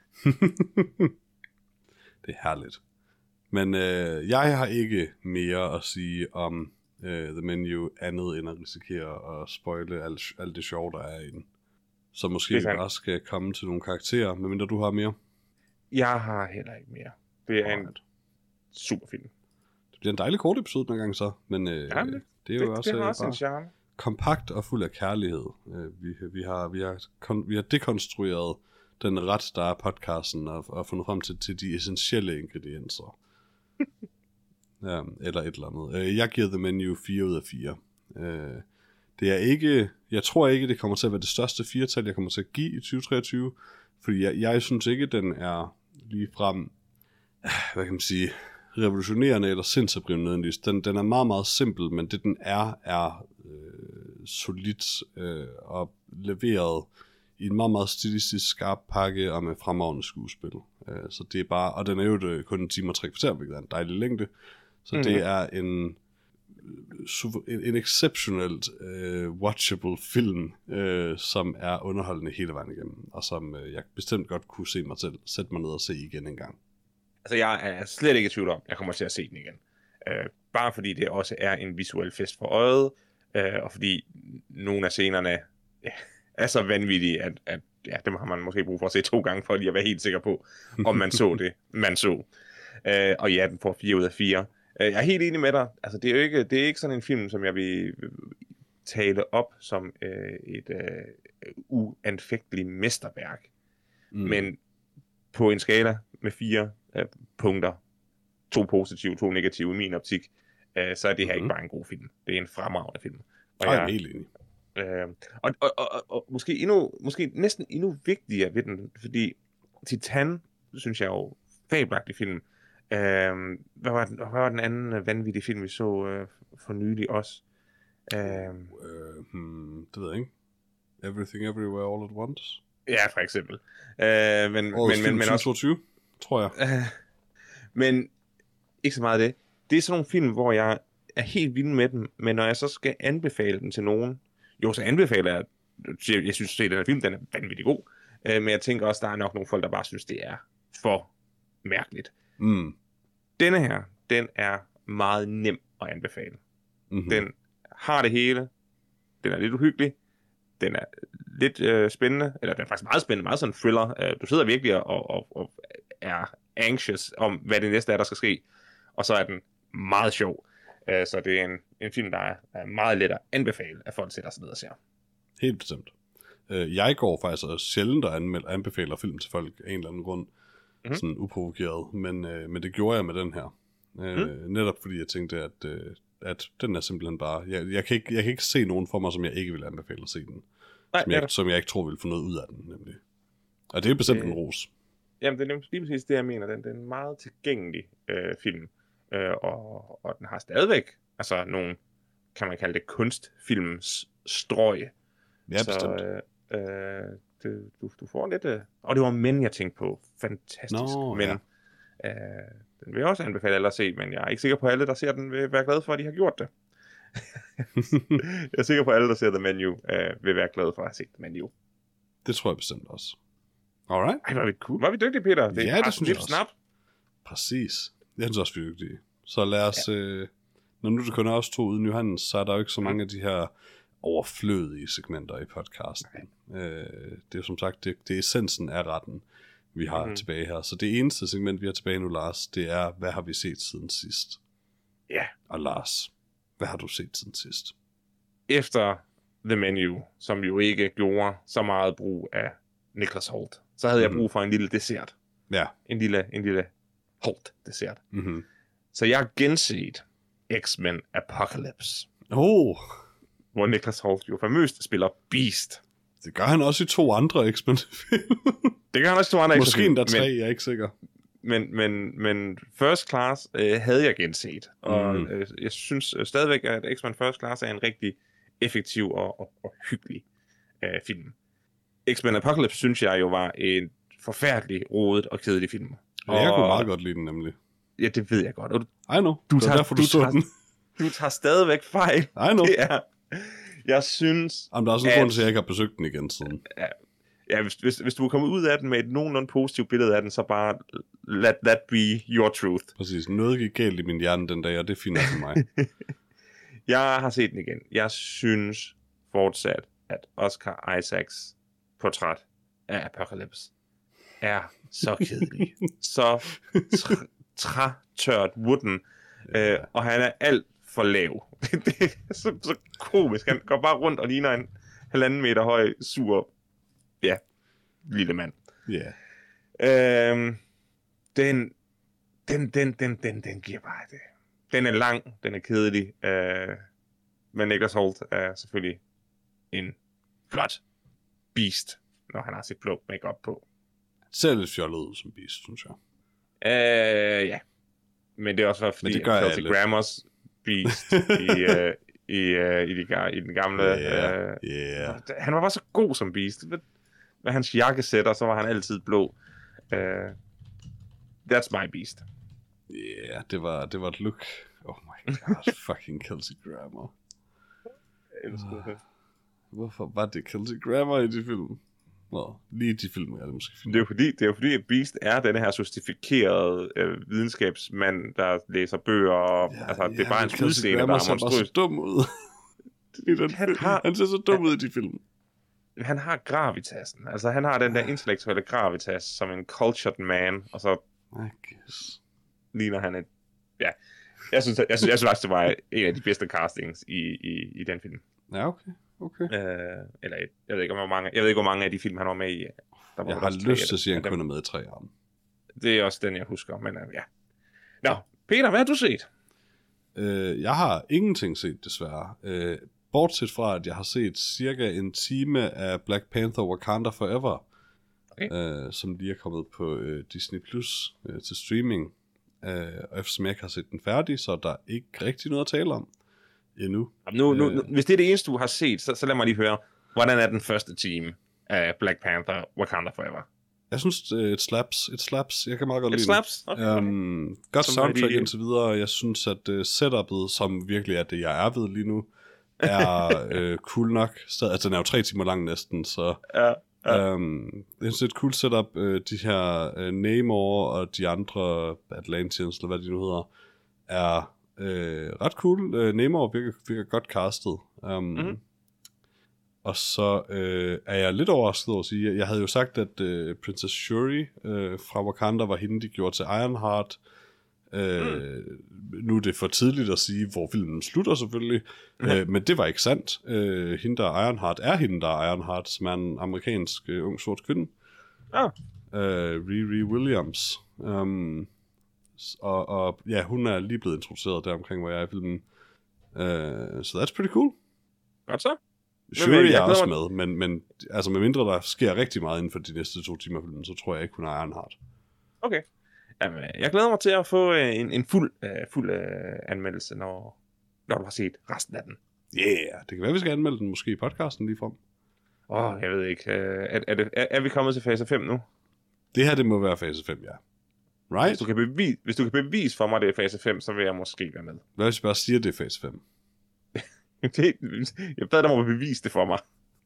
Det er herligt. Men øh, jeg har ikke mere at sige om øh, The Menu, andet end at risikere at spoile alt, alt det sjov, der er i den. Så måske vi bare skal komme til nogle karakterer, medmindre du har mere. Jeg har heller ikke mere. Det er en super film. Det bliver en dejlig kort episode den gang så, men øh, ja, det, det er jo det, også, det har også bare en charme. Kompakt og fuld af kærlighed. Øh, vi, vi, har, vi, har kon, vi har dekonstrueret den ret, der er podcasten, og, og fundet frem til, til de essentielle ingredienser. Ja, eller et eller andet. Jeg giver The Menu fire ud af fire. Det er ikke, jeg tror ikke, det kommer til at være det største firetal, jeg kommer til at give i tyve treogtyve, fordi jeg, jeg synes ikke, den er ligefrem, hvad kan man sige, revolutionerende eller sindsoprivende nødvendigvis. Den, den er meget, meget simpel, men det den er, er øh, solidt øh, og leveret i en meget, meget stilistisk skarp pakke og med fremragende skuespil. Uh, så det er bare, og den er jo det, kun en time og tre kvarter, hvilket er en dejlig længde. Så mm. det er en, en, en exceptionelt uh, watchable film, uh, som er underholdende hele vejen igennem, og som uh, jeg bestemt godt kunne se mig selv sætte mig ned og se igen en gang. Altså jeg er slet ikke i tvivl om, jeg kommer til at se den igen. Uh, bare fordi det også er en visuel fest for øjet, uh, og fordi nogle af scenerne... Yeah, er så vanvittige, at, at ja, det har man måske brug for at se to gange, for lige at være helt sikker på, om man så det, man så. Øh, og ja, den får fire ud af fire. Øh, jeg er helt enig med dig. Altså, det er jo ikke, det er ikke sådan en film, som jeg vil tale op som øh, et øh, uanfægteligt mesterværk. Mm. Men på en skala med fire øh, punkter, to positive, to negative i min optik, øh, så er det her mm-hmm. ikke bare en god film. Det er en fremragende film. Og jeg er helt enig. Øh, og, og, og, og, og måske, endnu, måske næsten endnu vigtigere ved den, fordi Titan, synes jeg jo, fabelagtig film. Øh, hvad, var den, hvad var den anden vanvittige film, vi så øh, for nylig også? Øh, uh, hmm, det ved jeg ikke. Everything Everywhere All at Once? Ja, for eksempel. Øh, men, Årets men, film men, men tyve også, toogtyve, tror jeg. Øh, men ikke så meget af det. Det er sådan nogle film, hvor jeg er helt vild med dem, men når jeg så skal anbefale dem til nogen, jo, så anbefaler jeg, jeg synes, at den her film, den er vanvittig god, øh, men jeg tænker også, der er nok nogle folk, der bare synes, det er for mærkeligt. Mm. Denne her, den er meget nem at anbefale. Mm-hmm. Den har det hele, den er lidt uhyggelig, den er lidt øh, spændende, eller den er faktisk meget spændende, meget sådan en thriller. Øh, du sidder virkelig og, og, og er anxious om, hvad det næste er, der skal ske, og så er den meget sjov. Øh, så det er en, en film, der er, er meget let at anbefale, at folk sætter sig ned og ser. Helt bestemt. Øh, jeg går faktisk også sjældent at anmeld, anbefaler film til folk af en eller anden grund, mm-hmm. sådan uprovokeret, men, øh, men det gjorde jeg med den her. Øh, mm. Netop fordi jeg tænkte, at, øh, at den er simpelthen bare, jeg, jeg, kan ikke, jeg kan ikke se nogen for mig, som jeg ikke vil anbefale at se den. Nej, som, jeg, som jeg ikke tror vil få noget ud af den, nemlig. Og det er bestemt øh, en ros. Jamen, det er lige præcis det, jeg mener. Den, den er en meget tilgængelig øh, film. Øh, og, og den har stadigvæk altså nogle, kan man kalde det, kunstfilms strøg. Ja, så, bestemt. Øh, øh, det, du, du får lidt... Øh, og det var mænd, jeg tænkte på. Fantastisk. Nå, men ja. øh, den vil jeg også anbefale alle at se, men jeg er ikke sikker på, at alle, der ser den, vil være glade for, at de har gjort det. Jeg er sikker på, at alle, der ser The Menu, øh, vil være glade for at have set The Menu. Det tror jeg bestemt også. Alright. Ej, var vi cool. Var vi dygtige, Peter? Det ja, det synes jeg også. Snap. Præcis. Jeg synes også, vi er dygtige. Så lad os... Ja. Øh, når nu det kun er os to uden Johannes, så er der jo ikke så mange af de her overflødige segmenter i podcasten. Øh, det er jo som sagt, det, det er essensen af retten, vi har mm. tilbage her. Så det eneste segment, vi har tilbage nu, Lars, det er, hvad har vi set siden sidst? Ja. Og Lars, hvad har du set siden sidst? Efter The Menu, som jo ikke gjorde så meget brug af Nicholas Hoult, så havde mm. jeg brug for en lille dessert. Ja. En lille, en lille Hoult-dessert. Mm-hmm. Så jeg har genset X-Men Apocalypse. Oh. Hvor Nicholas Hoult jo famøst spiller Beast. Det gør han også i to andre X-Men-film. Det gør han også i to andre X-Men. Måske endda tre, jeg er ikke sikker. Men, men, men First Class øh, havde jeg genset. Og mm. øh, jeg synes øh, stadigvæk, at X-Men First Class er en rigtig effektiv og, og, og hyggelig øh, film. X-Men Apocalypse synes jeg jo var en forfærdelig, rodet og kedelig film. Og jeg kunne meget godt lide den, nemlig. Ja, det ved jeg godt. Og du, I know. Du tager, derfor, du, du, tager, den. du tager stadigvæk fejl. I know. Det er, jeg synes... Jamen, der er sådan en grund til, at jeg ikke har besøgt den igen siden. Ja, ja hvis, hvis, hvis du er kommet ud af den med et nogenlunde positivt billede af den, så bare let that be your truth. Præcis. Noget gik galt i min hjerne den dag, og det finder for mig. Jeg har set den igen. Jeg synes fortsat, at Oscar Isaacs portræt af Apocalypse er så kedelig. så tr- trætørt wooden. Ja. Øh, og han er alt for lav. Det er så, så komisk. Han går bare rundt og ligner en halvanden meter høj, sur, ja, lille mand. Ja. Yeah. Øhm, den, den, den, den, den, den giver bare det. Den er lang, den er kedelig. Øh, men Nicholas Hoult er selvfølgelig en flot beast, når han har sit blå make-up på. Ser lidt fjollet ud som beast, synes jeg. Øh, ja. Men det er også fordi, det gør Kelsey Grammer's Beast i, uh, i, uh, i, de, i den gamle... Yeah, uh, yeah. Han var bare så god som Beast. Med hans jakkesætter, så var han altid blå. Uh, that's my Beast. Ja, yeah, det var, det var et look. Oh my god, fucking Kelsey Grammer. Jeg elsker det. Hvorfor var det Kelsey Grammer i de film? Nå, lige de film er det måske film. Det er jo fordi, det er jo fordi at Beast er den her sofistikerede øh, videnskabsmand, der læser bøger, og ja, altså, det ja, er bare en Kelsey udseende, der er monstrøs. Han ser bare så dum ud. I den han, film. har, han ser så dum han, ud i de film. han har gravitasen. Altså, han har den der intellektuelle gravitas som en cultured man, og så I guess. ligner han et... Ja, jeg synes, jeg synes, jeg synes faktisk, det var en af de bedste castings i, i, i den film. Ja, okay. okay. Øh, eller et, jeg ved ikke, hvor mange, jeg ved ikke, hvor mange af de film, han var med i. Der var jeg har lyst til at sige, at han kun er med i tre af dem. Det er også den, jeg husker, men uh, ja. Nå, Peter, hvad har du set? Øh, jeg har ingenting set, desværre. Øh, bortset fra, at jeg har set cirka en time af Black Panther Wakanda Forever, okay. øh, som lige er kommet på øh, Disney Plus øh, til streaming. Øh, og eftersom jeg ikke har set den færdig, så er der ikke rigtig noget at tale om endnu. Nu, nu, nu, hvis det er det eneste, du har set, så, så lad mig lige høre, hvordan er den første time af Black Panther Wakanda Forever? Jeg synes, et slaps. Et slaps. Jeg kan meget godt lide et slaps? Okay. Um, godt som soundtrack de... indtil videre. Jeg synes, at uh, setupet, som virkelig er det, jeg er ved lige nu, er uh, cool nok. Så, altså, den er jo tre timer lang næsten, så... Ja, ja. Um, det er et cool setup. Uh, de her uh, Namor og de andre Atlanteans, eller hvad de nu hedder, er uh, ret cool. Uh, Namor virker, virker godt castet. Um, mm-hmm. Og så øh, er jeg lidt overrasket over at sige, jeg havde jo sagt, at øh, Princess Shuri øh, fra Wakanda var hende, de gjorde til Ironheart. Øh, mm. Nu er det for tidligt at sige, hvor filmen slutter selvfølgelig, mm. øh, men det var ikke sandt. Øh, hende, der er Ironheart, er hende, der er Ironheart, som er en amerikansk øh, ung sort kvinde. Ah. Øh, Riri Williams. Um, og, og ja, hun er lige blevet introduceret der omkring, hvor jeg er i filmen. Øh, så so that's pretty cool. Godt så. Shuri er også med, men, men altså med mindre der sker rigtig meget inden for de næste to timer filmen, så tror jeg ikke, hun er Ironheart. Okay. Jamen, jeg glæder mig til at få en, en fuld, uh, fuld uh, anmeldelse, når, når du har set resten af den. Yeah, det kan være, vi skal anmelde den måske i podcasten lige frem. Åh, oh, jeg ved ikke. Uh, er, er, det, er, er vi kommet til fase fem nu? Det her, det må være fase fem, ja. Right? Hvis du kan bevise, hvis du kan bevise for mig, det er fase fem, så vil jeg måske være med. Hvad hvis jeg bare siger, det er fase fem? Det, jeg bad dig om at bevise det for mig.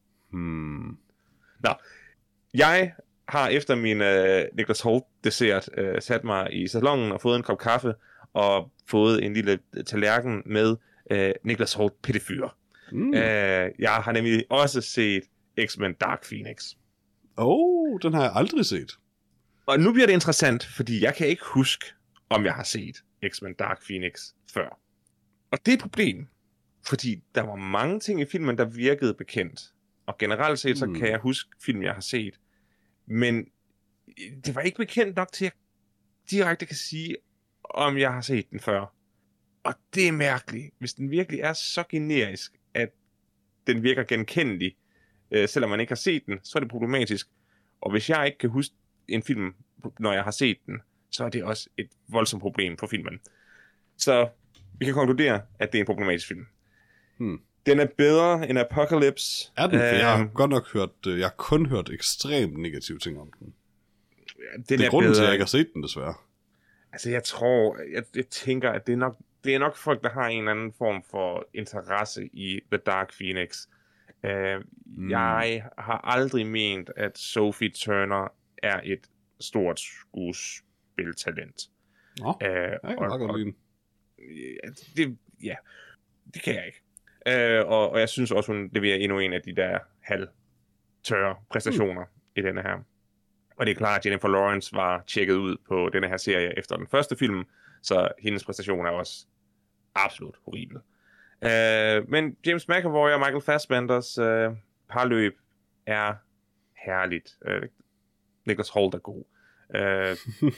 Hmm. Nå, jeg har efter min uh, Nicholas Hoult-dessert uh, sat mig i salonen og fået en kop kaffe og fået en lille tallerken med uh, Nicholas Hoult Petitfyr. Mm. Uh, jeg har nemlig også set X-Men Dark Phoenix. Oh, den har jeg aldrig set. Og nu bliver det interessant, fordi jeg kan ikke huske, om jeg har set X-Men Dark Phoenix før. Og det er et problem. Fordi der var mange ting i filmen, der virkede bekendt. Og generelt set, så mm. kan jeg huske film, jeg har set. Men det var ikke bekendt nok til, at jeg direkte kan sige, om jeg har set den før. Og det er mærkeligt. Hvis den virkelig er så generisk, at den virker genkendelig, øh, selvom man ikke har set den, så er det problematisk. Og hvis jeg ikke kan huske en film, når jeg har set den, så er det også et voldsomt problem for filmen. Så vi kan konkludere, at det er en problematisk film. Hmm. Den er bedre end Apocalypse. Er den? For jeg har godt nok hørt, jeg har kun hørt ekstremt negative ting om den. Ja, den det er, er grunden bedre. Til, at jeg ikke har set den, desværre. Altså, jeg tror, jeg, jeg tænker, at det er, nok, det er nok folk, der har en eller anden form for interesse i The Dark Phoenix. Uh, hmm. Jeg har aldrig ment, at Sophie Turner er et stort skuespiltalent. Nå, uh, jeg kan meget godt lide den. Det, ja, det kan jeg ikke. Uh, og, og jeg synes også, hun leverer endnu en af de der halvtørre præstationer mm. i denne her. Og det er klart, at Jennifer Lawrence var tjekket ud på denne her serie efter den første film, så hendes præstation er også absolut horribel. Uh, men James McAvoy og Michael Fassbenders uh, parløb er herligt. Uh, Nicholas Hoult er god. Uh,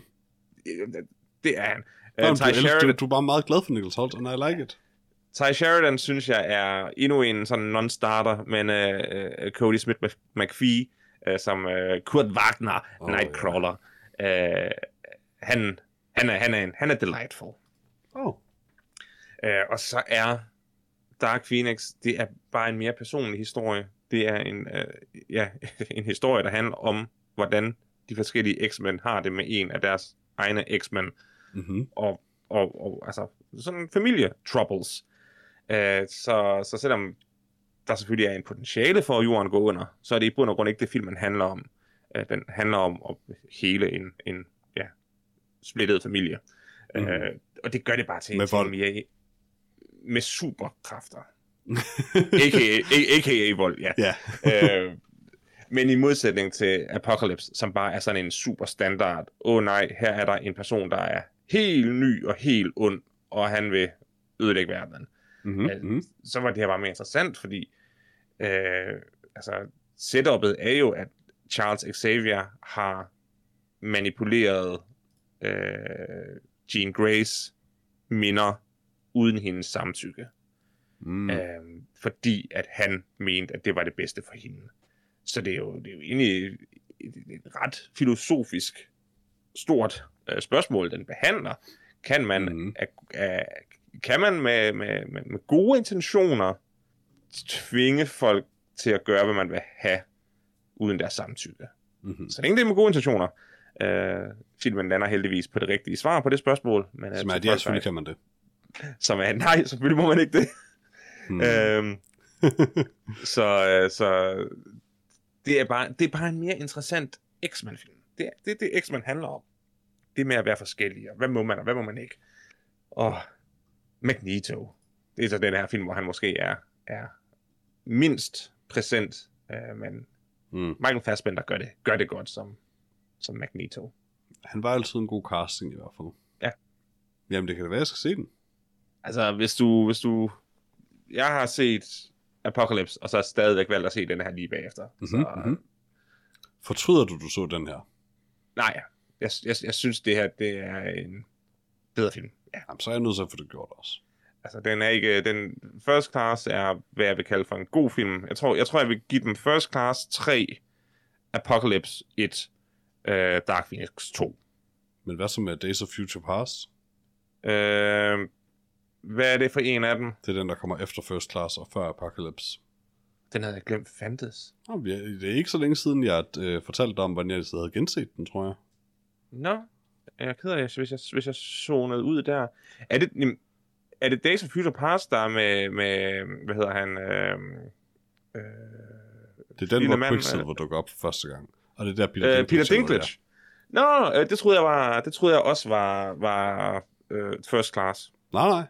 det er han. Uh, Nå, du, Sheridan, du, du er bare meget glad for Nicholas Hoult, and I like it. Ty Sheridan synes jeg er endnu en sådan non-starter, men uh, Cody Smith-McPhee, uh, som uh, Kurt Wagner, oh, Nightcrawler, yeah. uh, han, han, er, han, er en, han er delightful. Oh. Uh, og så er Dark Phoenix, det er bare en mere personlig historie. Det er en, uh, ja, en historie, der handler om, hvordan de forskellige X-Men har det med en af deres egne X-Men. Mm-hmm. Og, og, og altså sådan familie-troubles. Uh, så, så selvom der selvfølgelig er en potentiale for, at jorden går under, så er det i bund og grund ikke det, filmen handler om. Uh, den handler om at hele en, en ja, splittet familie. Mm-hmm. Uh, og det gør det bare til en ting mere med superkræfter. A K A, A K A vold, ja. Ja. øh, men i modsætning til Apocalypse, som bare er sådan en super standard, åh oh, nej, her er der en person, der er helt ny og helt ond, og han vil ødelægge verdenen. Mm-hmm. Altså, så var det her bare mere interessant, fordi øh, altså, setup'et er jo, at Charles Xavier har manipuleret øh, Jean Greys minder uden hendes samtykke. Mm. Øhm, fordi at han mente, at det var det bedste for hende. Så det er jo, det er jo egentlig et, et, et ret filosofisk stort øh, spørgsmål, den behandler. Kan man, mm. a, a, kan man med, med, med, med gode intentioner tvinge folk til at gøre, hvad man vil have, uden deres samtykke? Mm-hmm. Så længe det er med gode intentioner. Øh, filmen lander heldigvis på det rigtige svar på det spørgsmål. Men, som er, ja, selvfølgelig kan man det. Som er, nej, selvfølgelig må man ikke det. Hmm. øhm, så, så det er bare det er bare en mere interessant X-Men-film. Det er det, det X-Men handler om. Det med at være forskellige, og hvad må man, og hvad må man ikke. Og Magneto. Det er så den her film, hvor han måske er, er mindst præsent, øh, men hmm. Michael Fassbender gør det, gør det godt som, som Magneto. Han var altid en god casting i hvert fald. Ja. Jamen, det kan da være, jeg skal se den. Altså, hvis du, hvis du... Jeg har set Apocalypse, og så har jeg stadigvæk valgt at se den her lige bagefter. Mm-hmm, så... mm-hmm. Fortryder du, du så den her? Nej, jeg, jeg, jeg synes, det her det er en bedre film. Ja. Jamen, så er jeg nødt til at få det gjort også. Altså, den er ikke... Den First Class er, hvad jeg vil kalde for en god film. Jeg tror, jeg, tror, jeg vil give dem First Class tre, Apocalypse et, uh, Dark Phoenix to. Men hvad så med Days of Future Past? Øh... Hvad er det for en af dem? Det er den, der kommer efter First Class og før Apocalypse. Den havde jeg glemt fandtes. Oh, det er ikke så længe siden, jeg øh, fortalte om, hvordan jeg havde genset den, tror jeg. Nå, jeg er ked af det, hvis jeg, hvis jeg zonede ud der. Er det, er det Days of Future Past, der er med, med hvad hedder han? Øh, øh, det er den, hvor Quicksilver dukker op for første gang. Og det er der Peter øh, Dinklage. Peter Dinklage. Nå, øh, det troede jeg var, det troede jeg også var, var øh, First Class. Nej, nej.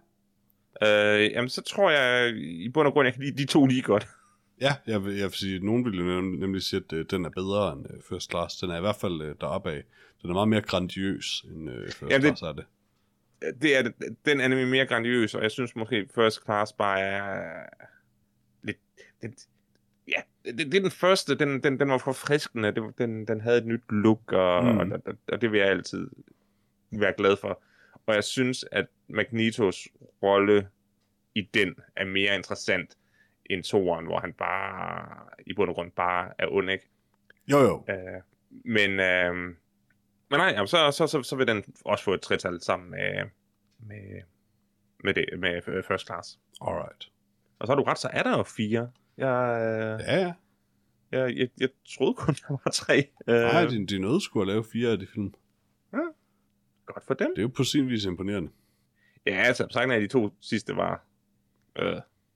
Øh, jamen, så tror jeg i bund og grund, jeg kan lide de to lige godt. Ja, jeg vil, jeg vil sige, at nogen vil jo nemlig sige, at uh, den er bedre end uh, First Class. Den er i hvert fald uh, deroppe af. Den er meget mere grandiøs end uh, First jamen, Class, det, er det. det er det. Den er nemlig mere grandiøs, og jeg synes måske, First Class bare er lidt... Det, ja, det, det er den første, den, den, den var forfriskende, det, den, den havde et nyt look, og, mm. og, og, og det vil jeg altid være glad for. Og jeg synes, at Magnetos rolle i den er mere interessant end toeren, hvor han bare i bund og grund bare er ond, ikke? Jo, jo. Uh, men, uh, men nej, jamen, så, så, så, så vil den også få et tretal sammen med, med, med, det, med First Class. Alright. Og så har du ret, så er der jo fire. Jeg, uh, ja, ja. Jeg, jeg, jeg troede kun, der var tre. Uh, nej, de, de nåede sgu at lave fire af de film. Ja. Godt for dem. Det er jo på sin vis imponerende. Ja, altså, sagen af de to sidste var... Øh.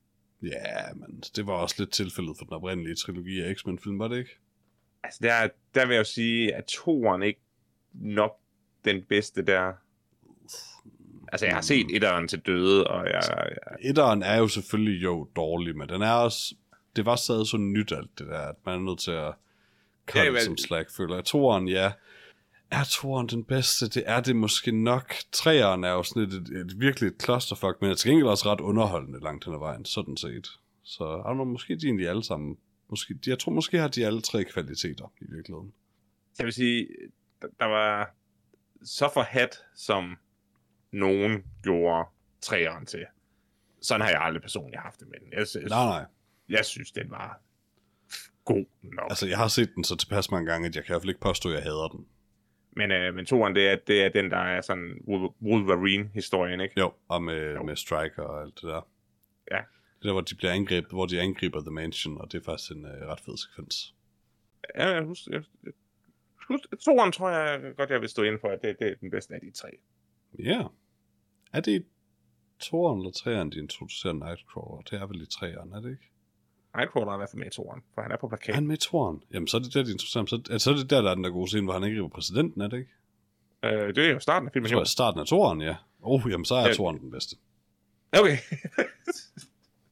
Ja, men det var også lidt tilfældet for den oprindelige trilogi af X-Men-film, var det ikke? Altså, der, der vil jeg jo sige, at toeren ikke nok den bedste der. Altså, jeg har set etteren til døde, og jeg... jeg... Etteren er jo selvfølgelig jo dårlig, men den er også... Det var stadig så nyt alt det der, at man er nødt til at cut ja, men... som slack, føler jeg. Toeren, ja... Er toeren den bedste? Det er det måske nok. Treeren er jo sådan et, et, et virkelig et clusterfuck, men er til gengæld også ret underholdende langt hen ad vejen, sådan set. Så jeg know, måske de egentlig alle sammen. Måske, de, jeg tror måske har de alle tre kvaliteter i virkeligheden. Jeg vil sige, der var så forhat, som nogen gjorde treeren til. Sådan har jeg aldrig personligt haft det med den. Jeg, jeg, nej, nej. Jeg synes, den var god nok. Altså, jeg har set den så tilpas mange gange, at jeg kan i hvert fald ikke påstå, at jeg hader den. Men, øh, men toeren, det er, det er den, der er sådan Wolverine-historien, ikke? Jo, og med, jo. med Stryker og alt det der. Ja. Det der, hvor de bliver angrebet, hvor de angriber The Mansion, og det er faktisk en øh, ret fed sekvens. Ja, jeg husker, jeg, jeg, jeg, toeren tror jeg godt, jeg vil stå inden for, at det, det er den bedste af de tre. Ja. Er det i toeren eller treeren, de introducerer Nightcrawler? Det er vel i treeren, er det ikke? Nightcrawler er i hvert fald med i toeren, for han er på plakaten. Er han med i toeren? Jamen, så er det der, de introducerer. Så, så er det der, der er den der gode scene, hvor han angriber præsidenten, er det ikke? Øh, det er jo starten af filmen. Jeg tror, starten af toeren, ja. Oh, jamen, så er ja. toeren den bedste. Okay.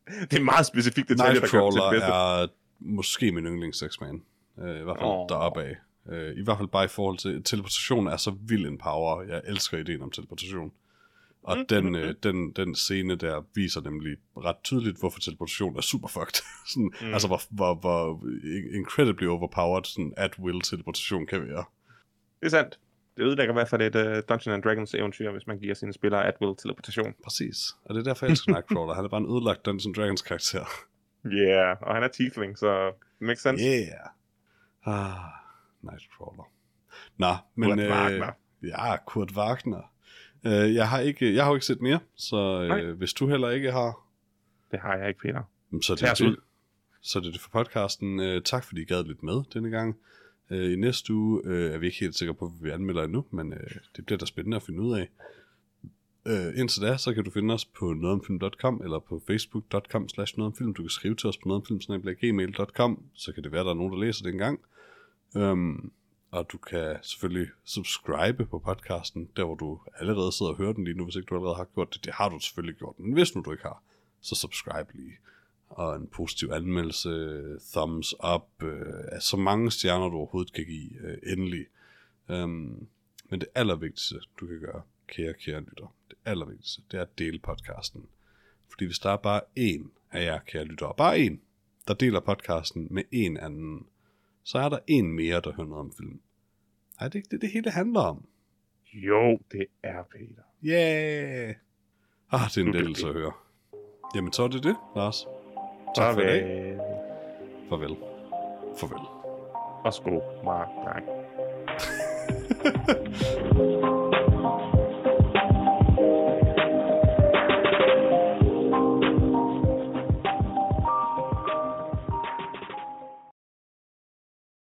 Det er meget specifikt detalje, der gør det til det bedste. Nightcrawler er måske min yndlings X-Man. Uh, I hvert fald oh. deroppe af. Uh, I hvert fald bare i forhold til... Teleportation er så vild en power. Jeg elsker ideen om teleportation. Og mm, den, mm, øh, den, den scene der viser nemlig ret tydeligt, hvorfor teleportation er super fucked. sådan, mm. Altså, hvor, hvor, hvor incredibly overpowered sådan at-will teleportation kan være. Det er sandt. Det ødelægger i hvert fald et uh, Dungeons and Dragons eventyr, hvis man giver sine spillere at-will teleportation. Præcis. Og det er derfor, jeg elsker Nightcrawler. Han er bare en ødelagt Dungeons and Dragons karakter. Ja, yeah, og han er tiefling, så makes sense. Yeah. Ah, Nightcrawler. Nå, men... Kurt Wagner. Øh, ja, Kurt Wagner. Uh, jeg har ikke, jeg har jo ikke set mere, så uh, hvis du heller ikke har... Det har jeg ikke, Peter. Så er det, det, så er det det for podcasten. Uh, tak fordi I gad lidt med denne gang. Uh, I næste uge uh, er vi ikke helt sikre på, hvad vi anmelder endnu, men uh, det bliver da spændende at finde ud af. Uh, indtil da, så kan du finde os på nogetomfilm punktum com eller på facebook punktum com slash nogetomfilm. Du kan skrive til os på nogetomfilm snabel-a gmail punktum com, så kan det være, der er nogen, der læser det engang. Um, Og du kan selvfølgelig subscribe på podcasten, der hvor du allerede sidder og hører den lige nu, hvis ikke du allerede har gjort det. Det har du selvfølgelig gjort, men hvis nu du ikke har, så subscribe lige. Og en positiv anmeldelse, thumbs up, øh, så mange stjerner du overhovedet kan give, øh, endelig. Um, men det allervigtigste, du kan gøre, kære, kære lytter, det allervigtigste, det er at dele podcasten. Fordi hvis der er bare én af jer, kære lytter, bare én, der deler podcasten med en anden, så er der en mere, der hører noget om film. Nej, det er ikke det, det hele handler om. Jo, det er, Peter. Yeah! Ah, det er en lettelse at høre. Jamen, så er det det, Lars. Tak for i dag. Farvel. Farvel. Og sko, Mark. Nej.